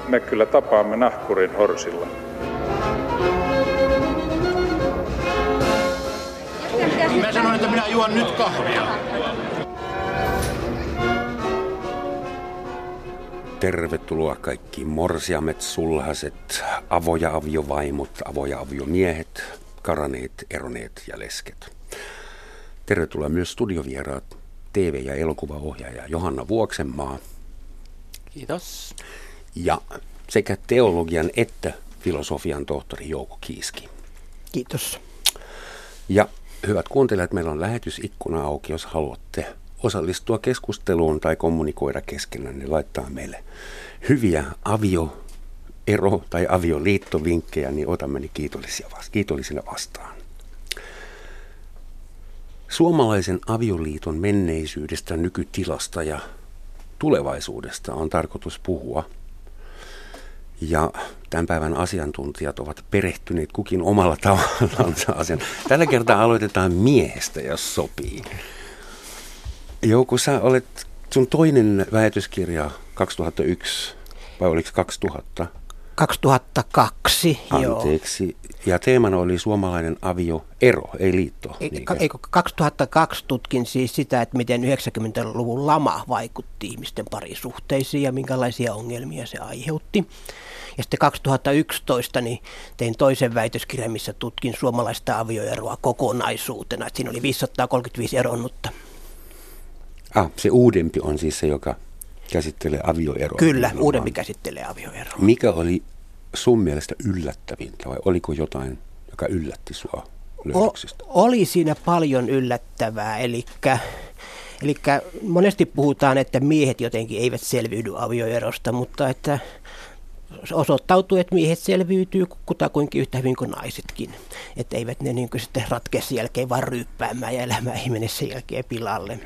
me kyllä tapaamme nahkurin horsilla. Mä sanoin, että minä juon nyt kahvia. Tervetuloa kaikki morsiamet, sulhaset, avo- ja aviovaimot, avo- ja aviomiehet, karaneet, eroneet ja lesket. Tervetuloa myös studiovieraat, TV- ja elokuvaohjaaja Johanna Vuoksenmaa. Kiitos. Ja sekä teologian että filosofian tohtori Jouko Kiiski. Kiitos. Ja hyvät kuuntelijat, meillä on lähetysikkuna auki, jos haluatte osallistua keskusteluun tai kommunikoida keskenään, niin laittaa meille hyviä avioero- tai avioliittovinkkejä, niin otamme ne kiitollisina vastaan. Suomalaisen avioliiton menneisyydestä, nykytilasta ja tulevaisuudesta on tarkoitus puhua. Ja tämän päivän asiantuntijat ovat perehtyneet kukin omalla tavallansa asian. Tällä kertaa aloitetaan miehestä, jos sopii. Jouko, sä olet sun toinen väitöskirja 2001, vai oliko 2000? 2002, Anteeksi. Joo. Ja teemana oli suomalainen avioero, ei liitto. Eikö 2002 tutkin siis sitä, että miten 90-luvun lama vaikutti ihmisten parisuhteisiin ja minkälaisia ongelmia se aiheutti. Ja sitten 2011 niin tein toisen väitöskirjan, missä tutkin suomalaista avioeroa kokonaisuutena. Että siinä oli 535 eronnutta. Se uudempi on siis se, joka käsittelee avioeroa. Kyllä, uudempi käsittelee avioeroa. Mikä oli sun mielestä yllättävintä vai oliko jotain, joka yllätti sua löydöksistä? Oli siinä paljon yllättävää, eli monesti puhutaan, että miehet jotenkin eivät selviydy avioerosta, mutta että osoittautuu, että miehet selviytyy kutakuinkin yhtä hyvin kuin naisetkin. Että eivät ne niin kuin sitten ratkea sen jälkeen vaan ryyppäämään ja elämä ei mene sen jälkeen pilalle.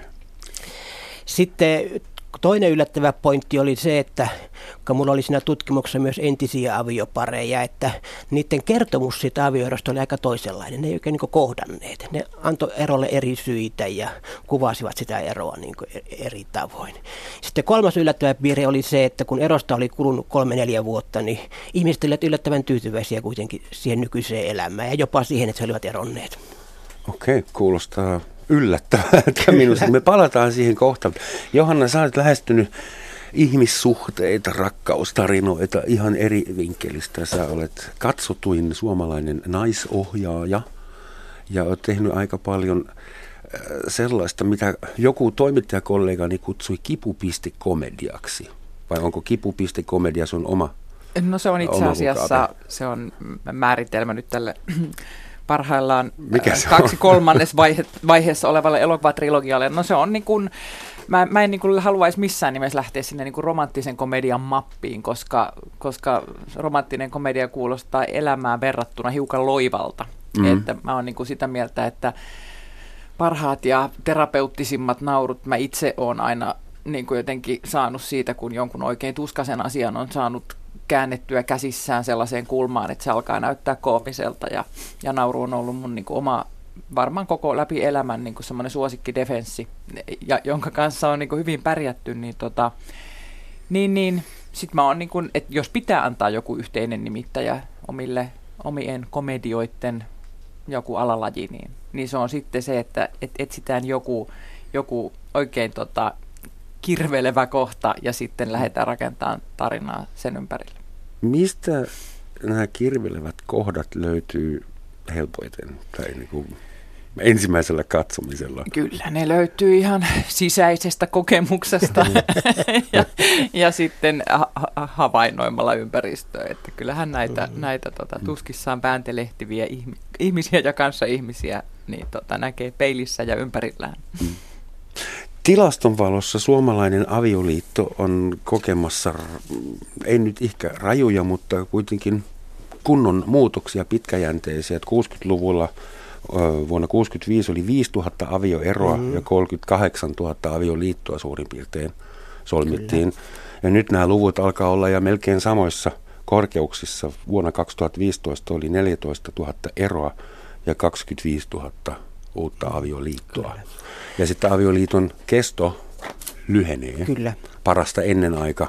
Sitten toinen yllättävä pointti oli se, että kun mulla oli siinä tutkimuksessa myös entisiä aviopareja, että niiden kertomus siitä avioerosta oli aika toisenlainen. Ne ei oikein niin kohdanneet. Ne antoi erolle eri syitä ja kuvasivat sitä eroa niin eri tavoin. Sitten kolmas yllättävä piirre oli se, että kun erosta oli kulunut 3-4 vuotta, niin ihmiset olivat yllättävän tyytyväisiä kuitenkin siihen nykyiseen elämään ja jopa siihen, että he olivat eronneet. Okei, kuulostaa yllättävältä minusta. Me palataan siihen kohta. Johanna, sä olet lähestynyt ihmissuhteita, rakkaustarinoita ihan eri vinkkelistä. Sä olet katsotuin suomalainen naisohjaaja ja olet tehnyt aika paljon sellaista, mitä joku toimittajakollegani kutsui kipupistekomediaksi. Vai onko kipupistekomedia sun oma? No se on itse asiassa, se on määritelmä nyt tälle parhaillaan 2/3 vaiheessa olevalle elokuvatrilogialle. No se on niin kuin, mä en niin kuin haluaisi missään nimessä lähteä sinne niin kuin romanttisen komedian mappiin, koska romanttinen komedia kuulostaa elämään verrattuna hiukan loivalta. Että mä oon niin kuin sitä mieltä, että parhaat ja terapeuttisimmat naurut mä itse oon aina niin kuin jotenkin saanut siitä, kun jonkun oikein tuskaisen asian on saanut käännettyä käsissään sellaiseen kulmaan, että se alkaa näyttää koomiselta ja nauru on ollut mun niin kuin oma, varmaan koko läpi elämän niin kuin semmoinen suosikkidefenssi, jonka kanssa on niin kuin hyvin pärjätty, niin sit mä oon niin kuin, että jos pitää antaa joku yhteinen nimittäjä omien komedioiden joku alalaji, niin se on sitten se, että etsitään joku oikein kirvelevä kohta ja sitten lähdetään rakentamaan tarinaa sen ympärille. Mistä nämä kirvelevät kohdat löytyy helpoiten tai niin kuin ensimmäisellä katsomisella? Kyllä, ne löytyy ihan sisäisestä kokemuksesta ja sitten havainnoimalla ympäristöä. Että kyllähän näitä tuskissaan pääntelehtiviä ihmisiä ja kanssaihmisiä niin näkee peilissä ja ympärillään. Tilaston valossa suomalainen avioliitto on kokemassa, ei nyt ehkä rajuja, mutta kuitenkin kunnon muutoksia pitkäjänteisiä. 60-luvulla vuonna 1965 oli 5000 avioeroa ja 38 000 avioliittoa suurin piirtein solmittiin. Kyllä. Ja nyt nämä luvut alkaa olla ja melkein samoissa korkeuksissa. Vuonna 2015 oli 14 000 eroa ja 25 000 uutta avioliittoa. Kyllä. Ja sitten avioliiton kesto lyhenee. Kyllä. Parasta ennen aika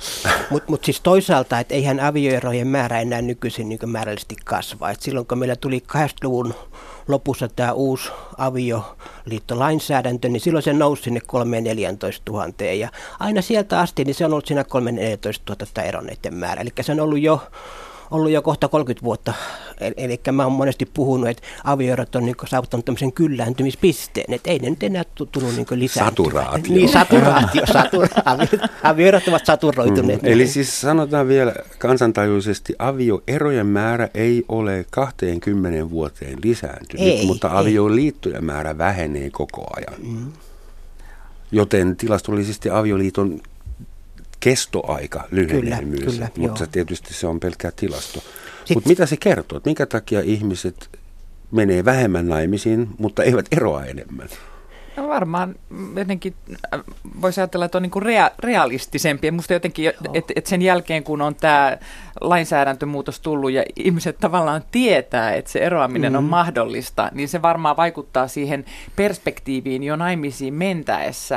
Mutta siis toisaalta, että eihän avioerojen määrä enää nykyisin niin määrällisesti kasva. Et silloin kun meillä tuli 80-luvun lopussa tämä uusi avioliittolainsäädäntö, niin silloin se nousi sinne 3-14 000. Ja aina sieltä asti niin se on ollut siinä 3-14 000 tämä eronneiden määrä. Eli se on ollut jo kohta 30 vuotta. Eli mä oon monesti puhunut, että avioerot on niin saavuttanut tämmöisen kyllääntymispisteen. Että ei ne nyt enää tullut niin lisääntymään. Saturaatio. Niin, saturaatio. Avioerot ovat saturoituneet. Eli siis sanotaan vielä kansantajuisesti, avioerojen määrä ei ole 20 vuoteen lisääntynyt, mutta avioliittojen määrä vähenee koko ajan. Joten tilastollisesti avioliiton kestoaika lyhenee myös, mutta tietysti se on pelkkää tilasto. Mutta mitä se kertoo? Että minkä takia ihmiset menee vähemmän naimisiin, mutta eivät eroa enemmän? No varmaan jotenkin voisi ajatella, että on niinku realistisempi. Musta jotenkin, että sen jälkeen kun on tämä lainsäädäntömuutos tullut ja ihmiset tavallaan tietää, että se eroaminen on mahdollista, niin se varmaan vaikuttaa siihen perspektiiviin jo naimisiin mentäessä,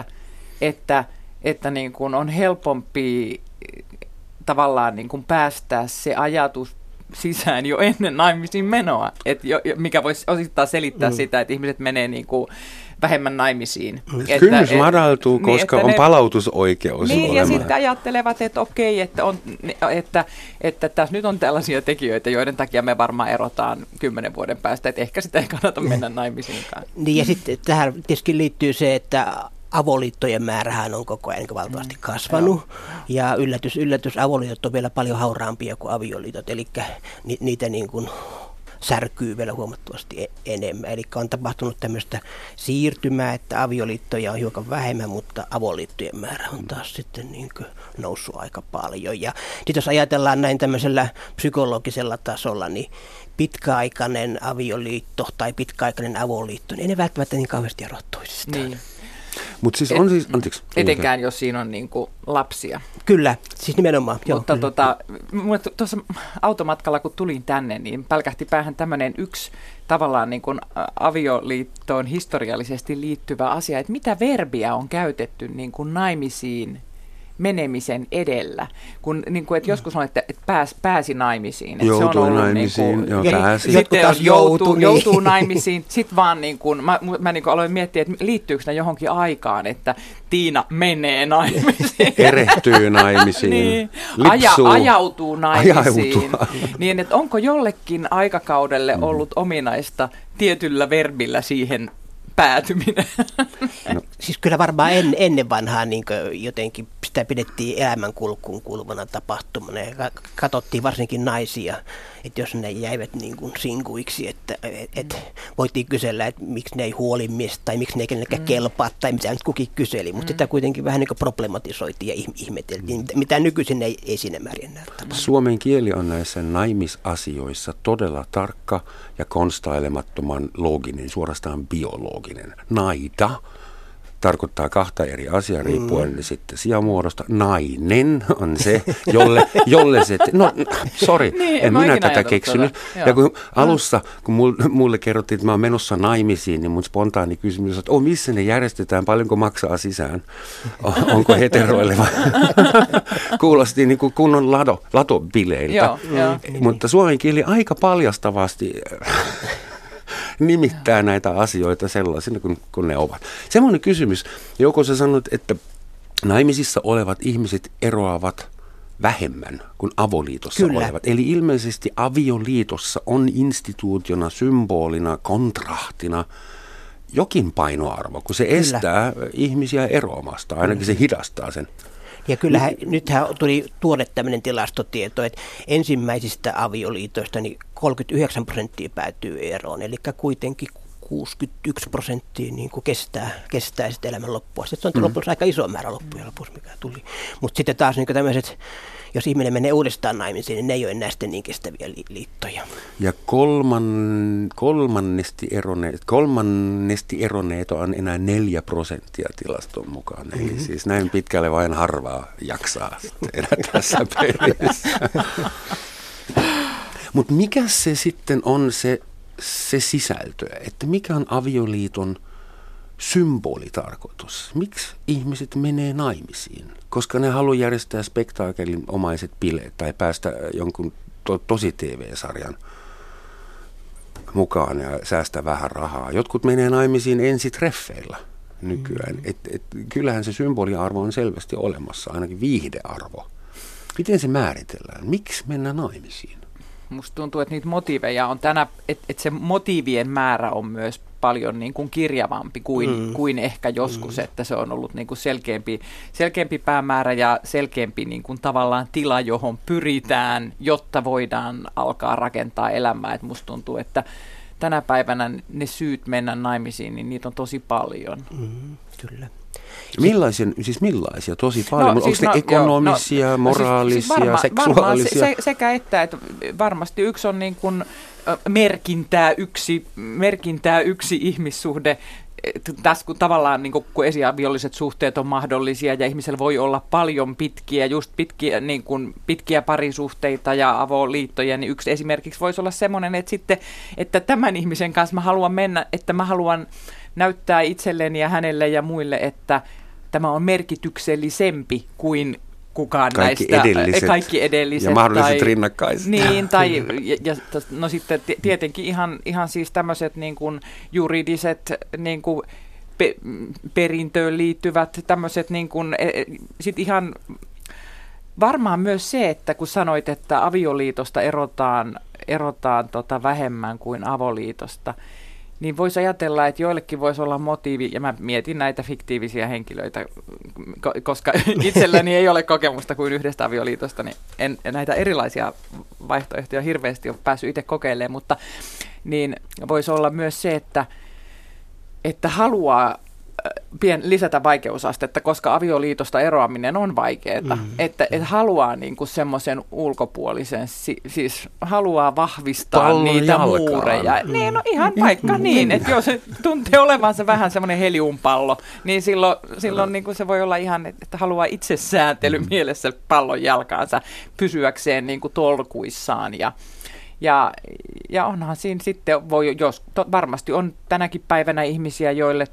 että niin kuin on helpompi tavallaan niin kuin päästää se ajatus sisään jo ennen naimisiin menoa, mikä voisi osittain selittää sitä, että ihmiset menee niin kuin vähemmän naimisiin. Kynnys madaltuu, koska on palautusoikeus niin, olemassa. Ja sitten ajattelevat, että okei, että tässä nyt on tällaisia tekijöitä, joiden takia me varmaan erotaan 10 vuoden päästä, että ehkä sitä ei kannata mennä naimisiinkaan. Niin, ja sitten tähän tietysti liittyy se, että avoliittojen määrähän on koko ajan valtavasti kasvanut, ja yllätys, avoliitot on vielä paljon hauraampia kuin avioliitot, eli niitä niin kuin särkyy vielä huomattavasti enemmän. Eli on tapahtunut tämmöistä siirtymää, että avioliittoja on hiukan vähemmän, mutta avoliittojen määrä on taas sitten niin kuin noussut aika paljon. Ja sitten jos ajatellaan näin tämmöisellä psykologisella tasolla, niin pitkäaikainen avioliitto tai pitkäaikainen avoliitto, niin ei ne välttämättä niin kauheasti eroa toisistaan. Niin. Mutta siis on siis, anteeksi. Etenkään, jos siinä on niinku lapsia. Kyllä, siis nimenomaan. Mutta tuossa automatkalla, kun tulin tänne, niin pälkähti päähän tämmöinen yksi tavallaan niin kuin avioliittoon historiallisesti liittyvä asia, että mitä verbiä on käytetty niin kuin naimisiin menemisen edellä. Kun, niin kuin, että joskus on, että pääsi naimisiin. Joutui se on ollut, naimisiin, niin joo, pääsi. Sitten joutuu naimisiin. Sitten vaan niin kuin, mä niin kuin aloin miettiä, että liittyykö ne johonkin aikaan, että Tiina menee naimisiin. Erehtyy naimisiin. Niin. Ajautuu naimisiin. Niin, että onko jollekin aikakaudelle ollut ominaista tietyllä verbillä siihen päätyminen? No. Siis kyllä varmaan ennen vanhaa niin jotenkin sitä pidettiin elämänkulkuun kuuluvana tapahtumana ja katsottiin varsinkin naisia, että jos ne jäivät niin kuin sinkuiksi, että voitiin kysellä, että miksi ne ei huoli miestä tai miksi ne ei kenellekään kelpaa tai mitä nyt kukin kyseli, mutta sitä kuitenkin vähän niin kuin problematisoitiin ja ihmeteltiin, mitä nykyisin ei siinä määrin enää tapahdu. Suomen kieli on näissä naimisasioissa todella tarkka ja konstailemattoman looginen, suorastaan biologinen. Naita tarkoittaa kahta eri asiaa riippuen sitten sijamuodosta. Nainen on se, jolle se... No, sori, niin, en minä tätä keksinyt. Ja kun alussa, kun mulle kerrottiin, että mä oon menossa naimisiin, niin mun spontaani kysymys on, että missä ne järjestetään, paljonko maksaa sisään? Onko heteroille vai? Kuulosti niin kuin kunnon latobileiltä. Mutta suomen kieli aika paljastavasti nimittää näitä asioita sellaisina kuin ne ovat. Semmoinen kysymys, joko sä sanot, että naimisissa olevat ihmiset eroavat vähemmän kuin avoliitossa olevat. Eli ilmeisesti avioliitossa on instituutiona, symbolina, kontrahtina jokin painoarvo, kun se estää ihmisiä eroamasta, ainakin se hidastaa sen. Ja kyllähän nythän tuli tuore tämmöinen tilastotieto, että ensimmäisistä avioliitoista niin 39% päätyy eroon, eli kuitenkin 61% niin kuin kestää sitten elämän loppua. Se on lopussa aika iso määrä loppujen lopussa, mikä tuli. Mutta sitten taas niin tämmöiset, jos ihminen menee uudestaan naimisiin, niin ne ei ole enää sitten niin kestäviä liittoja. Ja kolmannesti eronneet on enää 4% tilaston mukaan. Eli siis näin pitkälle vain harvaa jaksaa elää tässä pelissä. Mutta mikä se sitten on se sisältö, että mikä on avioliiton symbolitarkoitus. Miksi ihmiset menee naimisiin? Koska ne haluaa järjestää spektaakelimaiset bileet tai päästä jonkun tosi TV-sarjan mukaan ja säästää vähän rahaa. Jotkut menee naimisiin ensitreffeillä nykyään. Kyllähän se symboliarvo on selvästi olemassa, ainakin viihdearvo. Miten se määritellään? Miksi mennä naimisiin? Musta tuntuu, että niitä motiiveja on että se motiivien määrä on myös paljon niin kuin kirjavampi kuin ehkä joskus, että se on ollut niin kuin selkeämpi päämäärä ja selkeämpi niin kuin tavallaan tila, johon pyritään, jotta voidaan alkaa rakentaa elämää. Et musta tuntuu, että tänä päivänä ne syyt mennä naimisiin, niin niitä on tosi paljon. Kyllä. Millaisia? Tosi paljon. Onko ne ekonomisia, moraalisia, seksuaalisia? Sekä että varmasti yksi on niin kuin merkintää yksi ihmissuhde. Tässä kun tavallaan niin kun esiaviolliset suhteet on mahdollisia ja ihmisellä voi olla paljon pitkiä parisuhteita ja avoliittoja, niin yksi esimerkiksi voisi olla semmoinen, että tämän ihmisen kanssa mä haluan mennä, että mä haluan näyttää itselleni ja hänelle ja muille, että tämä on merkityksellisempi kuin kukaan kaikki edelliset. Ja mahdolliset rinnakkaiset. Niin, no sitten tietenkin ihan siis tämmöiset niin kuin juridiset niin kuin perintöön liittyvät tämmöiset niin kuin, sit ihan varmaan myös se, että kun sanoit, että avioliitosta erotaan vähemmän kuin avoliitosta, niin voisi ajatella, että joillekin voisi olla motiivi, ja mä mietin näitä fiktiivisiä henkilöitä, koska itselläni ei ole kokemusta kuin yhdestä avioliitosta, niin en näitä erilaisia vaihtoehtoja hirveästi ole päässyt itse kokeilemaan, mutta niin voisi olla myös se, että haluaa lisätä vaikeusastetta, koska avioliitosta eroaminen on vaikeaa, että haluaa niinku semmoisen ulkopuolisen, siis haluaa vahvistaa pallon niitä jalkaan. Muureja. Niin, no ihan vaikka niin, että jos tuntee olevansa vähän semmoinen heliumpallo, niin silloin niinku se voi olla ihan, että haluaa itsesääntely mielessä pallon jalkaansa pysyäkseen niinku tolkuissaan ja onhan siinä sitten, varmasti on tänäkin päivänä ihmisiä, joille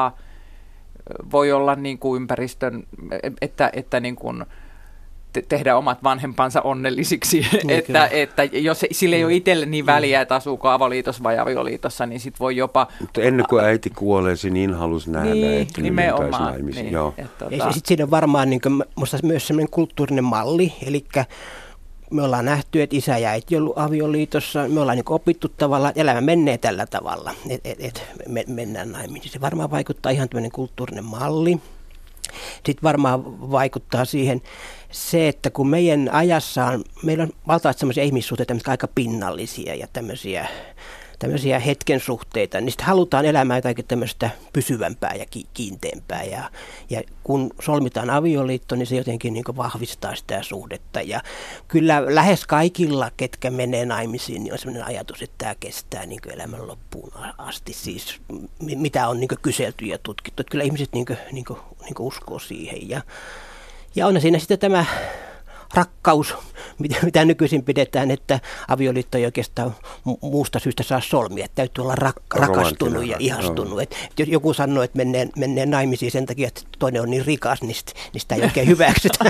voi olla niin kuin ympäristön, että niin kuin tehdä omat vanhempansa onnellisiksi, että jos sillä ei ole itselle niin väliä, että asuuko avoliitossa vai avioliitossa, niin sitten voi jopa... Mutta ennen kuin äiti kuolee, se niin halusi nähdä, että ne mentäisiin naimisiin. Ja sitten siinä on varmaan niin kuin, musta myös sellainen kulttuurinen malli, eli me ollaan nähty, että isä ja äiti on ollut avioliitossa, me ollaan niin opittu tavallaan, että elämä menee tällä tavalla, että mennään naimisiin. Se varmaan vaikuttaa ihan tämmöinen kulttuurinen malli. Sitten varmaan vaikuttaa siihen se, että kun meidän ajassaan, meillä on valtavat sellaisia ihmissuhteita, mitkä aika pinnallisia ja tämmöisiä hetken suhteita, niin sitten halutaan elämään jotakin tämmöistä pysyvämpää ja kiinteämpää. Ja kun solmitaan avioliitto, niin se jotenkin niin kuin vahvistaa sitä suhdetta. Ja kyllä lähes kaikilla, ketkä menee naimisiin, niin on sellainen ajatus, että tämä kestää niin kuin elämän loppuun asti. Siis mitä on niin kuin kyselty ja tutkittu. Että kyllä ihmiset niin kuin uskoo siihen. Ja on siinä sitten tämä rakkaus, mitä nykyisin pidetään, että avioliitto ei oikeastaan muusta syystä saa solmia. Että täytyy olla rakastunut ja ihastunut. Että joku sanoo, että mennään naimisiin sen takia, että toinen on niin rikas, niin sitä ei oikein hyväksytä.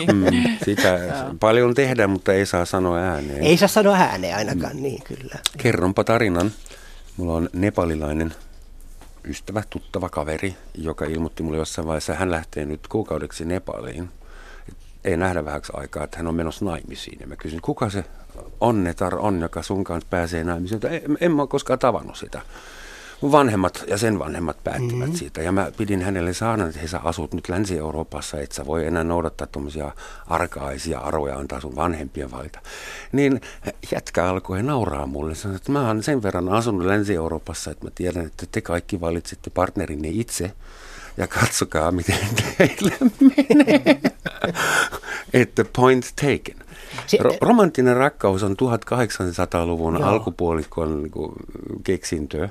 Sitä paljon tehdään, mutta ei saa sanoa ääneen. Ei saa sanoa ääneen ainakaan, niin kyllä. Kerronpa tarinan. Mulla on nepalilainen ystävä, tuttava kaveri, joka ilmoitti mulle jossain vaiheessa, hän lähtee nyt kuukaudeksi Nepaliin. Ei nähdä vähäksi aikaa, että hän on menossa naimisiin. Ja mä kysyin, kuka se onnetar on, joka sun kanssa pääsee naimisiin? En mä ole koskaan tavannut sitä. Mun vanhemmat ja sen vanhemmat päättivät siitä. Ja mä pidin hänelle saada, että sä asut nyt Länsi-Euroopassa, et sä voi enää noudattaa tuommoisia arkaisia arvoja, antaa sun vanhempien valita. Niin jätkä alkoi nauraa mulle. Sanoi, että mä oon sen verran asunut Länsi-Euroopassa, että mä tiedän, että te kaikki valitsitte partnerinne itse. Ja katsokaa, miten teille menee. Että point taken. Romanttinen rakkaus on 1800-luvun alkupuolikon niin keksintöä.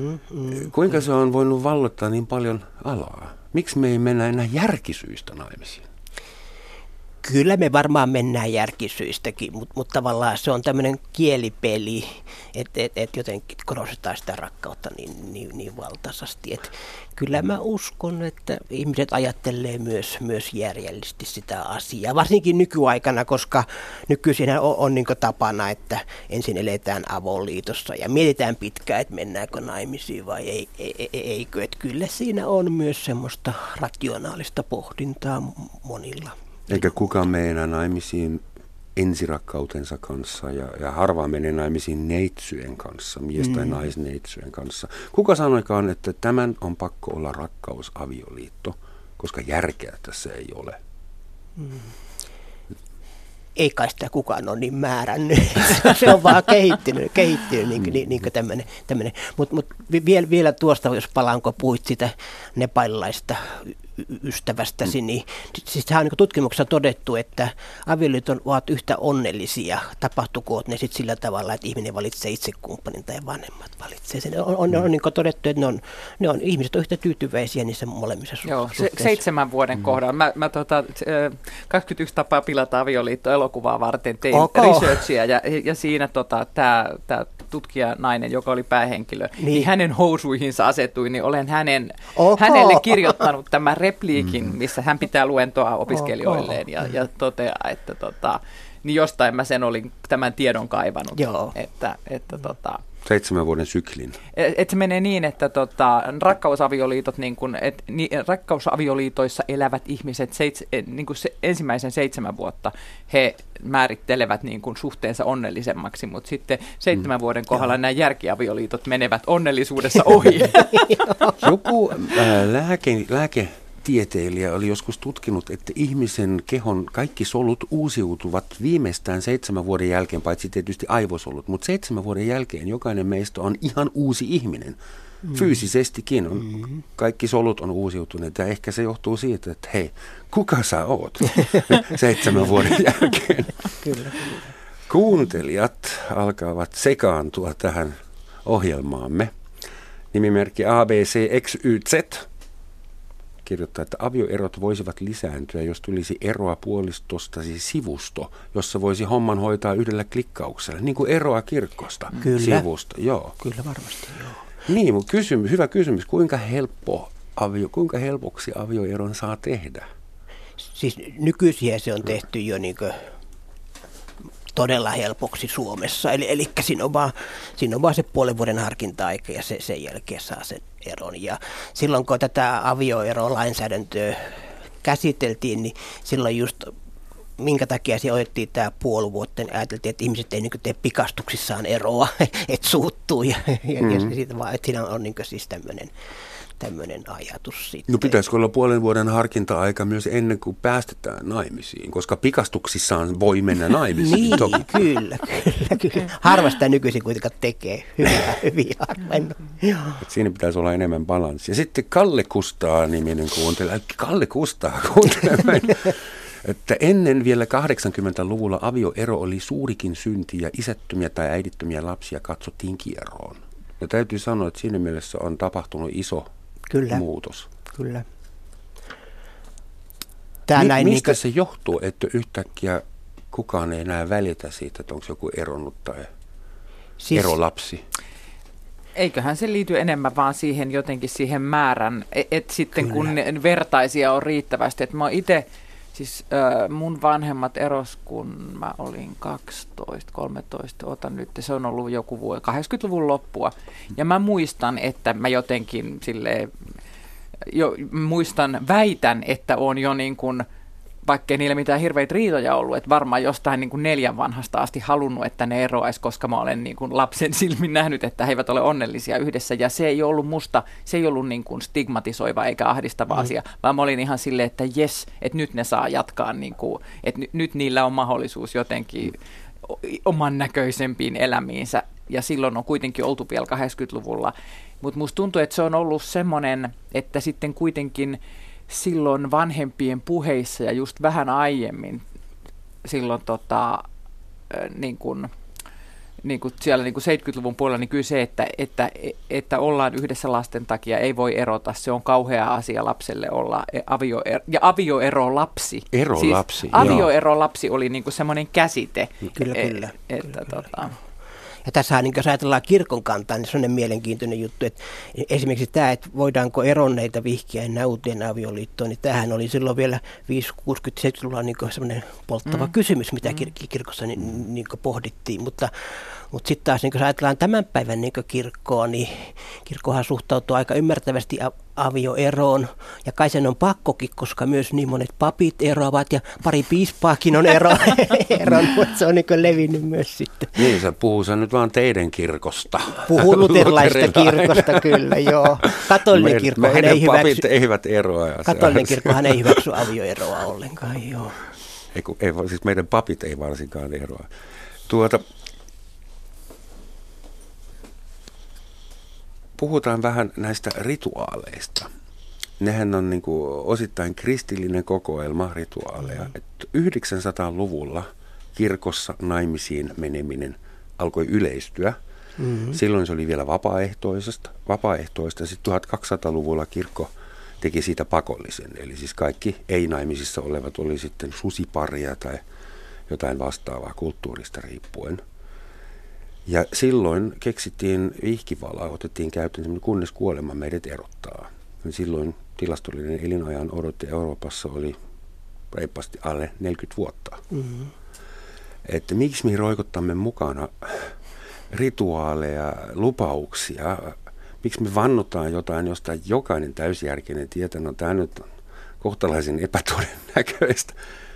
Kuinka se on voinut vallottaa niin paljon alaa? Miksi me ei mennä enää järkisyistä naimisiin? Kyllä me varmaan mennään järkisyistäkin, mutta tavallaan se on tämmöinen kielipeli, että jotenkin korostetaan sitä rakkautta niin valtaisasti. Että kyllä mä uskon, että ihmiset ajattelee myös järjellisesti sitä asiaa, varsinkin nykyaikana, koska nykyisin on niin kuin tapana, että ensin eletään avoliitossa ja mietitään pitkään, että mennäänkö naimisiin vai eikö. Että kyllä siinä on myös semmoista rationaalista pohdintaa monilla. Eikä kukaan mene enää naimisiin ensirakkautensa kanssa ja harva menee naimisiin neitsyjen kanssa, mies- tai naisneitsyjen kanssa. Kuka sanoikaan, että tämän on pakko olla rakkausavioliitto, koska järkeä tässä ei ole? Ei kai sitä kukaan ole niin määrännyt. Se on vaan kehittynyt niin kuin tämmöinen. Mutta vielä tuosta, jos palaan, kun puhuit sitä nepalilaista ystävästäsi, niin siis sehän on niin tutkimuksessa todettu, että avioliitot ovat yhtä onnellisia, tapahtukoot ne sitten sillä tavalla, että ihminen valitsee itse kumppanin tai vanhemmat valitsee sen. On niin todettu, että ihmiset on yhtä tyytyväisiä niissä molemmissa suhteissa. 7 vuoden kohdalla. Mä 21 tapaa pilata avioliitto elokuvaa varten tein researchia ja siinä tämä tutkijanainen, joka oli päähenkilö, niin hänen housuihinsa asettui, niin olen hänelle kirjoittanut tämän repliikin, missä hän pitää luentoa opiskelijoilleen ja toteaa, että niin jostain mä sen olin tämän tiedon kaivannut. Joo. Että 7 vuoden syklin. Että se menee niin, että rakkausavioliitot, rakkausavioliitoissa elävät ihmiset ensimmäisen 7 vuotta, he määrittelevät suhteensa onnellisemmaksi, mutta sitten 7 vuoden kohdalla nämä järkiavioliitot menevät onnellisuudessa ohi. Joku lääketieteilijä oli joskus tutkinut, että ihmisen kehon kaikki solut uusiutuvat viimeistään 7 vuoden jälkeen, paitsi tietysti aivosolut, mutta 7 vuoden jälkeen jokainen meistä on ihan uusi ihminen. Fyysisestikin kaikki solut on uusiutuneet ja ehkä se johtuu siitä, että hei, kuka sä oot 7 vuoden jälkeen? Kyllä. Kuuntelijat alkavat sekaantua tähän ohjelmaamme. Nimimerkki ABCXYZ kirjoittaa, että avioerot voisivat lisääntyä, jos tulisi eroa puolistosta, siis sivusto, jossa voisi homman hoitaa yhdellä klikkauksella, niin kuin eroa kirkosta sivusta. Joo. Kyllä varmasti, joo. Niin, mutta hyvä kysymys, kuinka helpoksi avioeron saa tehdä? Siis nykyisiä se on tehty jo todella helpoksi Suomessa, eli siinä on vaan se puolen vuoden harkinta-aika ja sen jälkeen saa sen eron. Ja silloin kun tätä avioerolainsäädäntöä käsiteltiin, niin silloin just minkä takia se otettiin tämä puoli vuotta, niin ajateltiin, että ihmiset ei tee pikastuksissaan eroa, että suuttuu ja siitä vaan, että siinä on siis tämmöinen ajatus sitten. No pitäisikö olla puolen vuoden harkinta-aika myös ennen kuin päästetään naimisiin, koska pikastuksissaan voi mennä naimisiin. Niin, toki. Kyllä. Harvasta nykyisin kuitenkaan tekee hyviä harvoin. Siinä pitäisi olla enemmän balanssia. Sitten Kalle Kustaa-niminen kuuntelija, Kalle Kustaa kuuntelemaan, että ennen vielä 80-luvulla avioero oli suurikin synti ja isättömiä tai äidittömiä lapsia katsottiin kieroon. Ja täytyy sanoa, että siinä mielessä on tapahtunut iso muutos. Kyllä. Mistä se johtuu, että yhtäkkiä kukaan ei enää välitä siitä, että onko joku eronnut tai erolapsi? Eiköhän se liity enemmän vaan siihen jotenkin siihen määrän, että sitten kun vertaisia on riittävästi. Että mä oon itse, siis mun vanhemmat eros, kun mä olin 12, 13, se on ollut joku 80-luvun loppua. Ja mä muistan, että mä jotenkin väitän, että on jo niin kuin, vaikkei niillä mitään hirveitä riitoja ollut, että varmaan jostain niin kuin 4 vanhasta asti halunnut, että ne eroaisi, koska mä olen niin kuin lapsen silmin nähnyt, että he eivät ole onnellisia yhdessä. Ja se ei ollut musta, se ei ollut niin kuin stigmatisoiva eikä ahdistava asia, vaan mä olin ihan silleen, että jes, että nyt ne saa jatkaa, niin kuin, että nyt niillä on mahdollisuus jotenkin oman näköisempiin elämiinsä. Ja silloin on kuitenkin oltu vielä 80-luvulla. Mutta musta tuntuu, että se on ollut semmoinen, että sitten kuitenkin silloin vanhempien puheissa ja just vähän aiemmin silloin niin kuin siellä niin kuin 70-luvun puolella, niin kyllä se, että ollaan yhdessä lasten takia, ei voi erota. Se on kauhea asia lapselle olla avioerolapsi. Erolapsi, siis avioerolapsi oli niin kuin semmoinen käsite. Kyllä. Kyllä. Ja tässä niin jos ajatellaan kirkon kantaa, niin se on mielenkiintoinen juttu, että esimerkiksi tämä, että voidaanko eronneita vihkiä ennen uuteen avioliittoon, niin tämähän oli silloin vielä 50-60-70-luvulla niin semmoinen polttava kysymys, mitä kirkossa niin pohdittiin, mutta sitten taas niin jos ajatellaan tämän päivän niin kirkkoa, niin kirkkohan suhtautuu aika ymmärtävästi avioeroon, ja kai sen on pakkokin, koska myös niin monet papit eroavat, ja pari piispaakin on eronnut, mutta se on niin levinnyt myös sitten. Niin, puhuu nyt vaan teidän kirkosta. Puhuu luterilaista kirkosta, kyllä, joo. Katolinen kirkkohan ei hyväksy. Papit eivät eroa. Katolinen kirkkohan ei hyväksy avioeroa ollenkaan, joo. Siis meidän papit ei varsinkaan eroa. Puhutaan vähän näistä rituaaleista. Nehän on niin kuin osittain kristillinen kokoelma rituaaleja. 900-luvulla kirkossa naimisiin meneminen alkoi yleistyä. Silloin se oli vielä vapaaehtoista. Sitten 1200-luvulla kirkko teki siitä pakollisen. Eli siis kaikki ei-naimisissa olevat oli sitten susiparia tai jotain vastaavaa kulttuurista riippuen. Ja silloin keksittiin vihkivala, otettiin käyttöön, kunnes kuolema meidät erottaa. Ja silloin tilastollinen elinajan odotte Euroopassa oli reippaasti alle 40 vuotta. Että miksi me roikottamme mukana rituaaleja, lupauksia, miksi me vannotaan jotain, josta jokainen täysjärkinen tietää, no tämä nyt on kohtalaisen epätodennäköistä.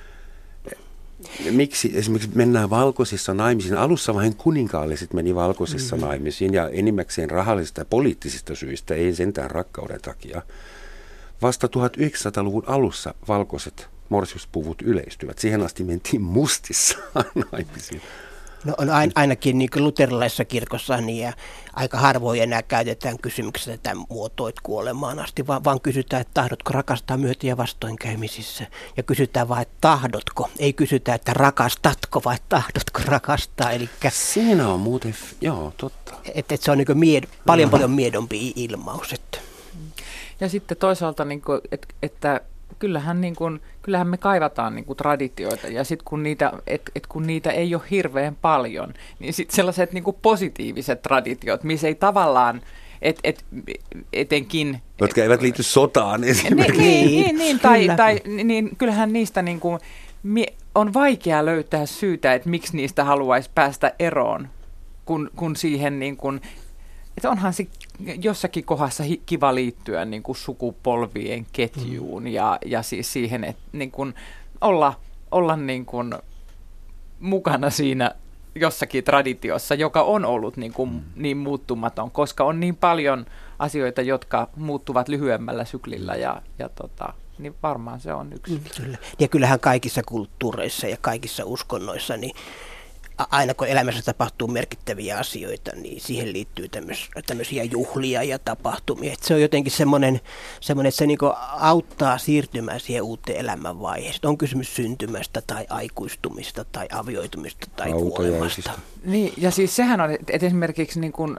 Miksi esimerkiksi mennään valkoisissa naimisiin? Alussa vain kuninkaalliset meni valkoisissa naimisiin ja enimmäkseen rahallisista ja poliittisista syistä, ei sentään rakkauden takia. Vasta 1900-luvun alussa valkoiset morsiuspuvut yleistyvät. Siihen asti mentiin mustissaan naimisiin. No on ainakin niin kuin luterilaisessa kirkossa niin ja aika harvoin enää käytetään kysymyksessä tätä muotoit kuolemaan asti, vaan kysytään, että tahdotko rakastaa myötä- ja vastoinkäymisissä. Ja kysytään vaan, että tahdotko. Ei kysytä, että rakastatko vai tahdotko rakastaa. Elikkä, siinä on muuten, joo, totta. Että se on niin kuin paljon miedompi ilmaus. Että. Ja sitten toisaalta, niin kuin, että kyllähän me kaivataan niin kuin traditioita ja sitten kun niitä ei ole hirveän paljon, niin sitten sellaiset niin kuin positiiviset traditiot, missä ei tavallaan etenkin jotka eivät liity sotaan esimerkiksi. Niin kyllähän niistä niin kuin, on vaikea löytää syytä, että miksi niistä haluaisi päästä eroon, kun siihen niin kuin, että onhan se jossakin kohdassa kiva liittyä niin kuin sukupolvien ketjuun ja siis siihen, että niin kuin olla niin kuin mukana siinä jossakin traditiossa, joka on ollut niin kuin niin muuttumaton, koska on niin paljon asioita, jotka muuttuvat lyhyemmällä syklillä niin varmaan se on yksi. Kyllä. Ja kyllähän kaikissa kulttuureissa ja kaikissa uskonnoissa, niin aina kun elämässä tapahtuu merkittäviä asioita, niin siihen liittyy tämmöisiä juhlia ja tapahtumia. Että se on jotenkin semmoinen että se niinku auttaa siirtymään siihen uuteen elämänvaiheeseen. On kysymys syntymästä tai aikuistumista tai avioitumista tai kuolemasta. Niin, ja siis sehän on, että esimerkiksi niin kuin,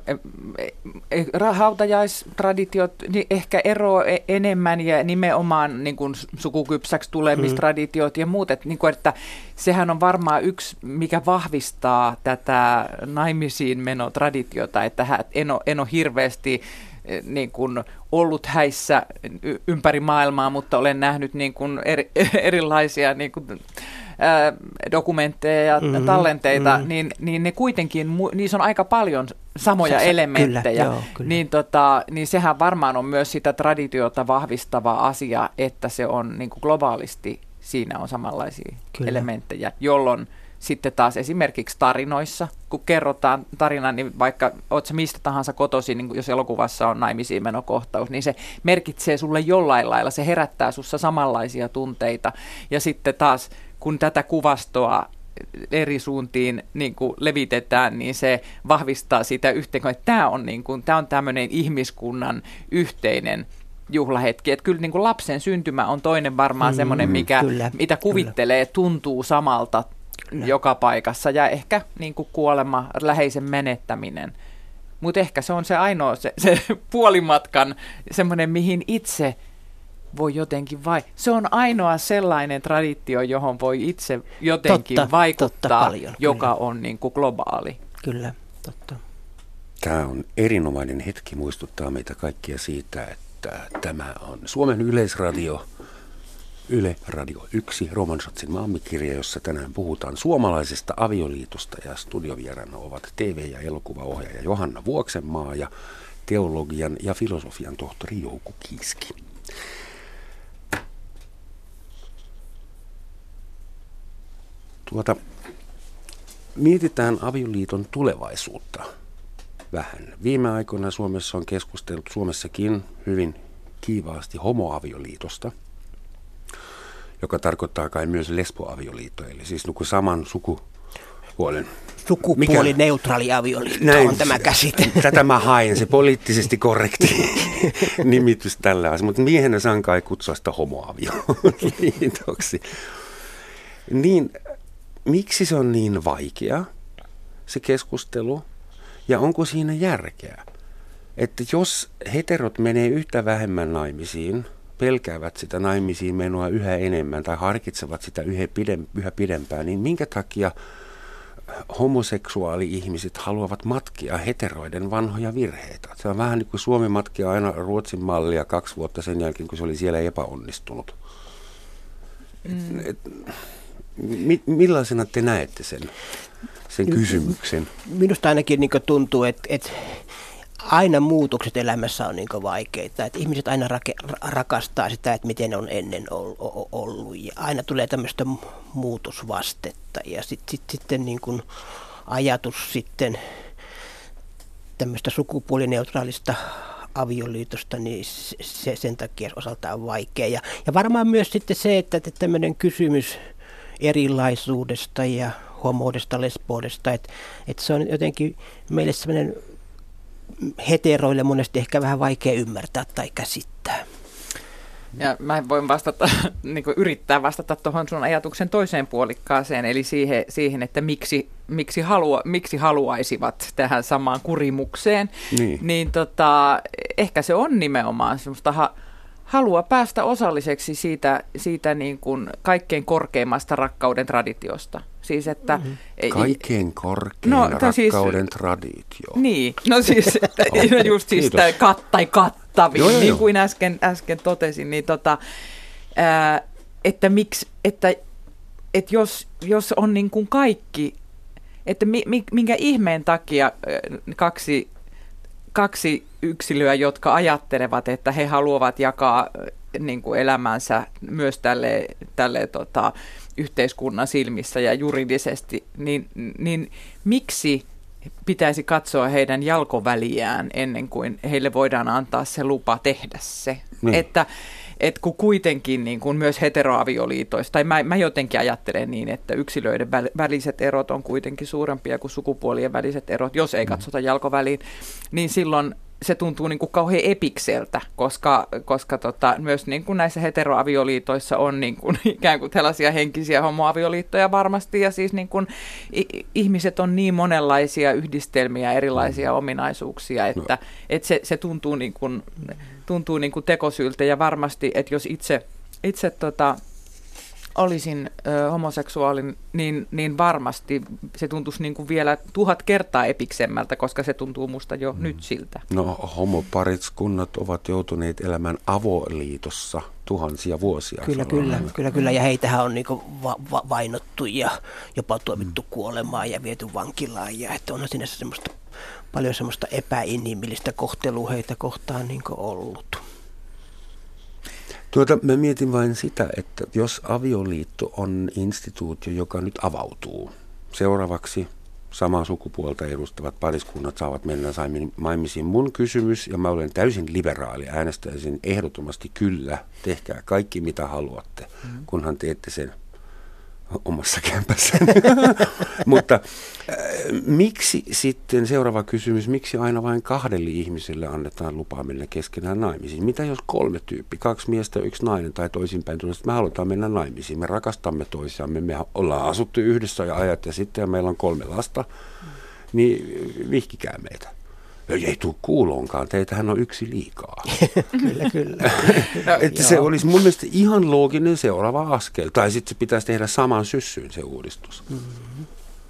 hautajaistraditiot niin ehkä eroaa enemmän ja nimenomaan niin kuin sukukypsäksi tulemistraditiot ja muut, että sehän on varmaan yksi, mikä vahvistaa tätä naimisiin menotraditiota, että en ole hirveästi niin kuin ollut häissä ympäri maailmaa, mutta olen nähnyt niin kuin erilaisia niin kuin, dokumentteja ja tallenteita, niin ne kuitenkin, niissä on aika paljon samoja elementtejä, kyllä. Niin sehän varmaan on myös sitä traditiota vahvistava asia, että se on niin kuin globaalisti, siinä on samanlaisia elementtejä, jolloin sitten taas esimerkiksi tarinoissa, kun kerrotaan tarina, niin vaikka oot sä mistä tahansa kotoisin, niin jos elokuvassa on naimisiin menokohtaus, niin se merkitsee sulle jollain lailla, se herättää sussa samanlaisia tunteita. Ja sitten taas, kun tätä kuvastoa eri suuntiin niin kuin levitetään, niin se vahvistaa sitä yhteen, että tämä on tämmöinen ihmiskunnan yhteinen juhlahetki. Että kyllä niin kuin lapsen syntymä on toinen varmaan semmoinen, mitä kuvittelee, tuntuu samalta joka paikassa ja ehkä niin kuin kuolema, läheisen menettäminen. Mutta ehkä se on se ainoa, se puolimatkan semmoinen, mihin itse voi jotenkin se on ainoa sellainen traditio, johon voi itse jotenkin vaikuttaa, paljon, joka kyllä. on niin kuin globaali. Kyllä, totta. Tämä on erinomainen hetki muistuttaa meitä kaikkia siitä, että tämä on Suomen Yleisradio, Yle Radio 1, Roman Schatzin maamikirja, jossa tänään puhutaan suomalaisesta avioliitosta ja studiovieraana ovat TV- ja elokuvaohjaaja Johanna Vuoksenmaa ja teologian ja filosofian tohtori Jouko Kiiski. Mietitään avioliiton tulevaisuutta vähän. Viime aikoina Suomessa on keskustellut Suomessakin hyvin kiivaasti homoavioliitosta, joka tarkoittaa kai myös lesboavioliittoa, eli siis saman sukupuolen. Sukupuolineutraali avioliitto näin, on tämä käsite. Tätä mä haen, se poliittisesti korrekti nimitys tällä asialla, mutta miehenä saan kai kutsua sitä homoavioliitoksi. Niin, miksi se on niin vaikea, se keskustelu, ja onko siinä järkeä? Että jos heterot menee yhtä vähemmän naimisiin, pelkäävät sitä naimisiin menoa yhä enemmän tai harkitsevat sitä yhä pidempään, niin minkä takia homoseksuaali-ihmiset haluavat matkia heteroiden vanhoja virheitä? Se on vähän niin kuin Suomi matkia aina Ruotsin mallia 2 vuotta sen jälkeen, kun se oli siellä epäonnistunut. Millaisena te näette sen kysymyksen? Minusta ainakin niin tuntuu, että aina muutokset elämässä on niin vaikeita. Että ihmiset aina rakastaa sitä, että miten on ennen ollut. Ja aina tulee tämmöistä muutosvastetta. Ja sitten niin kuin ajatus sitten tämmöistä sukupuolineutraalista avioliitosta, niin se sen takia osaltaan vaikea. Ja varmaan myös sitten se, että tämmöinen kysymys erilaisuudesta ja homoudesta, lesboudesta, että se on jotenkin meille sellainen heteroille monesti ehkä vähän vaikea ymmärtää tai käsittää. Ja mä voin niin kuin yrittää vastata tuohon sun ajatuksen toiseen puolikkaaseen, eli siihen että miksi haluaisivat tähän samaan kurimukseen. Niin ehkä se on nimenomaan semmoista halua päästä osalliseksi siitä niin kuin kaikkein korkeimmasta rakkauden traditiosta. Siis, että kaikkein korkein rakkauden traditio. Niin, no siis just siis kattavin, niin kuin äsken totesin, niin että miksi, että jos on niin kuin kaikki, että minkä ihmeen takia kaksi yksilöä, jotka ajattelevat, että he haluavat jakaa niin kuin elämänsä myös tälle yhteiskunnan silmissä ja juridisesti, niin miksi pitäisi katsoa heidän jalkoväliään ennen kuin heille voidaan antaa se lupa tehdä se? Että kun kuitenkin niin kuin myös heteroavioliitoissa, tai mä jotenkin ajattelen niin, että yksilöiden väliset erot on kuitenkin suurempia kuin sukupuolien väliset erot, jos ei katsota jalkoväliin, niin silloin se tuntuu niin kuin kauhean epikseltä, koska myös niin kuin näissä heteroavioliitoissa on niin kuin ikään kuin tällaisia henkisiä homoavioliittoja varmasti, ja siis niin kuin ihmiset on niin monenlaisia yhdistelmiä, erilaisia ominaisuuksia, että se tuntuu niin kuin tekosyltä, ja varmasti, että jos itse olisin homoseksuaalin, niin varmasti se tuntuisi niin kuin vielä 1000 kertaa epiksemmältä, koska se tuntuu musta jo nyt siltä. No, homopariskunnat ovat joutuneet elämään avoliitossa tuhansia vuosia. Kyllä. Ja heitähän on niin kuin vainottu ja jopa tuomittu kuolemaan ja viety vankilaan. Ja että on siinä paljon semmoista epäinhimillistä kohtelua heitä kohtaan niin kuin ollut. Mä mietin vain sitä, että jos avioliitto on instituutio, joka nyt avautuu, seuraavaksi samaa sukupuolta edustavat pariskunnat saavat mennä naimisiin. Mun kysymys, ja mä olen täysin liberaali, äänestäisin ehdottomasti kyllä, tehkää kaikki mitä haluatte, kunhan teette sen omassa kämpässä. Mutta Miksi sitten, seuraava kysymys, miksi aina vain 2 ihmiselle annetaan lupaa mennä keskenään naimisiin? Mitä jos 3 tyyppiä, 2 miestä ja 1 nainen tai toisinpäin, me halutaan mennä naimisiin, me rakastamme toisiamme, me ollaan asuttu yhdessä ja ajat ja sitten ja meillä on 3 lasta, niin vihkikää meitä. Ei tule kuuloonkaan, teitähän on 1 liikaa. Kyllä. Että se olisi mun mielestä ihan looginen seuraava askel, tai sitten se pitäisi tehdä saman syssyyn se uudistus. Mm-hmm.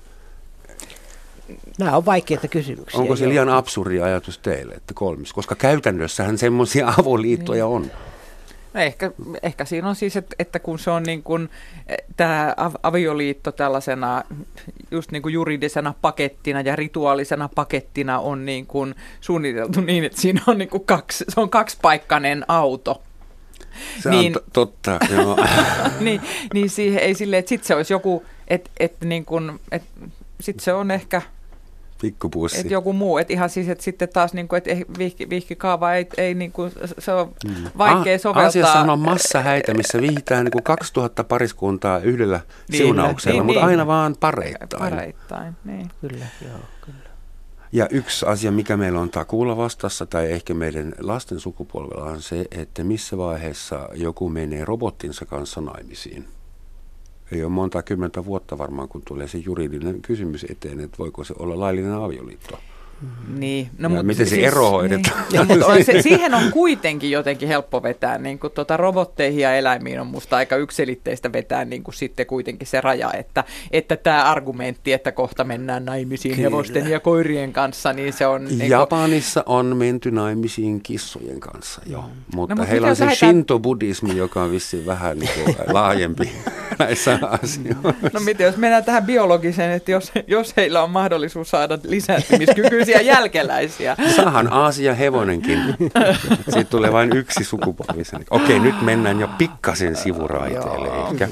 Nämä on vaikeita kysymyksiä. Onko se liian absurdi ajatus teille, että 3? Koska käytännössähän semmoisia avoliittoja on. No ehkä siinä on siis, että kun se on niin kuin tämä avioliitto tällaisena just niin kuin juridisena pakettina ja rituaalisena pakettina on niin kuin suunniteltu niin, että siinä on niin kuin se on 2-paikkainen auto. Se on totta, joo. niin siihen ei silleen, että sitten se olisi joku, että niin kuin, että sitten se on ehkä pikkupussi. Että joku muu, että ihan siis, että sitten taas niin kuin, että vihkikaava ei niin kuin, se on vaikea soveltaa. Asiassa on massahäitä, missä vihitään niin kuin 2000 pariskuntaa yhdellä siunauksella, mutta aina vaan pareittain. Niin. Kyllä, joo, kyllä. Ja yksi asia, mikä meillä on takuulla vastassa, tai ehkä meidän lasten sukupolvella, on se, että missä vaiheessa joku menee robottinsa kanssa naimisiin. Ei ole monta 10 vuotta varmaan, kun tulee se juridinen kysymys eteen, että voiko se olla laillinen avioliitto. Niin. No, mutta miten se ero hoidetaan? Niin. Mutta siihen on kuitenkin jotenkin helppo vetää. Niin kuin robotteihin ja eläimiin on musta aika yksiselitteistä vetää niin kuin sitten kuitenkin se raja, että tämä argumentti, että kohta mennään naimisiin hevosten ja koirien kanssa, niin se on... Niin Japanissa on menty naimisiin kissojen kanssa jo, mutta heillä on se shinto-buddhismi, joka on vissiin vähän niin kuin laajempi näissä asioissa. No miten, jos mennään tähän biologiseen, että jos heillä on mahdollisuus saada lisääntymiskykyisiä jälkeläisiä. Saahan Aasia hevonenkin. Siitä tulee vain 1 sukupolvi. Okei, nyt mennään jo pikkasen sivuraiteelle ehkä.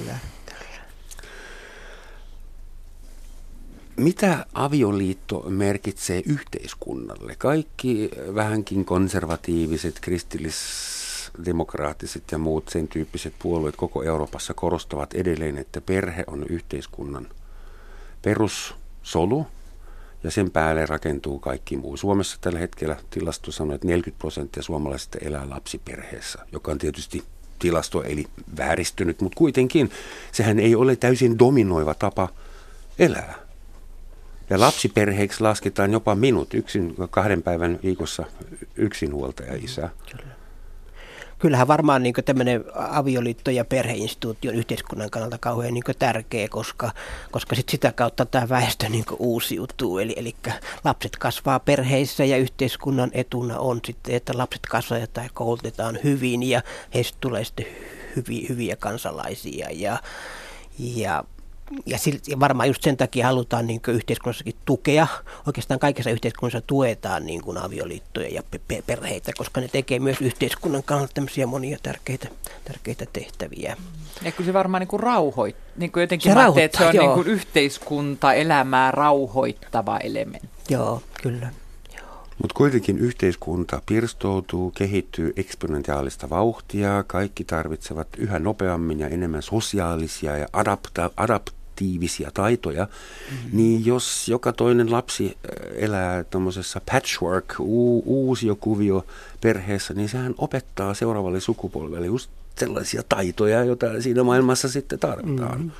Mitä avioliitto merkitsee yhteiskunnalle? Kaikki vähänkin konservatiiviset, kristillisdemokraattiset ja muut sen tyyppiset puolueet koko Euroopassa korostavat edelleen, että perhe on yhteiskunnan perussolu. Ja sen päälle rakentuu kaikki muu. Suomessa tällä hetkellä tilasto sanoo, että 40% suomalaisista elää lapsiperheessä, joka on tietysti tilasto eli vääristynyt, mutta kuitenkin sehän ei ole täysin dominoiva tapa elää. Ja lapsiperheeksi lasketaan jopa 2 päivän viikossa yksinhuoltaja isä. Kyllähän varmaan niin tämmöinen avioliitto- ja perheinstituutio on yhteiskunnan kannalta kauhean niin tärkeä, koska sitä kautta tämä väestö niin uusiutuu. Eli lapset kasvaa perheissä ja yhteiskunnan etuna on sitten, että lapset kasvatetaan ja koulutetaan hyvin ja heistä tulee sitten hyviä kansalaisia. Ja varmaan just sen takia halutaan niin yhteiskunnassakin tukea, oikeastaan kaikessa yhteiskunnassa tuetaan niin kuin avioliittoja ja perheitä, koska ne tekee myös yhteiskunnan kannalta tämmöisiä monia tärkeitä tehtäviä. Ja kyllä se varmaan niin rauhoittaa, niin kuin jotenkin mä ajattelin, että se on niin kuin yhteiskuntaelämää rauhoittava elementti. Joo, kyllä. Mutta kuitenkin yhteiskunta pirstoutuu, kehittyy eksponentiaalista vauhtia, kaikki tarvitsevat yhä nopeammin ja enemmän sosiaalisia ja adaptiivisia taitoja, niin jos joka toinen lapsi elää tämmöisessä patchwork, uusiokuvio perheessä, niin sehän opettaa seuraavalle sukupolvelle just sellaisia taitoja, joita siinä maailmassa sitten tarvitaan.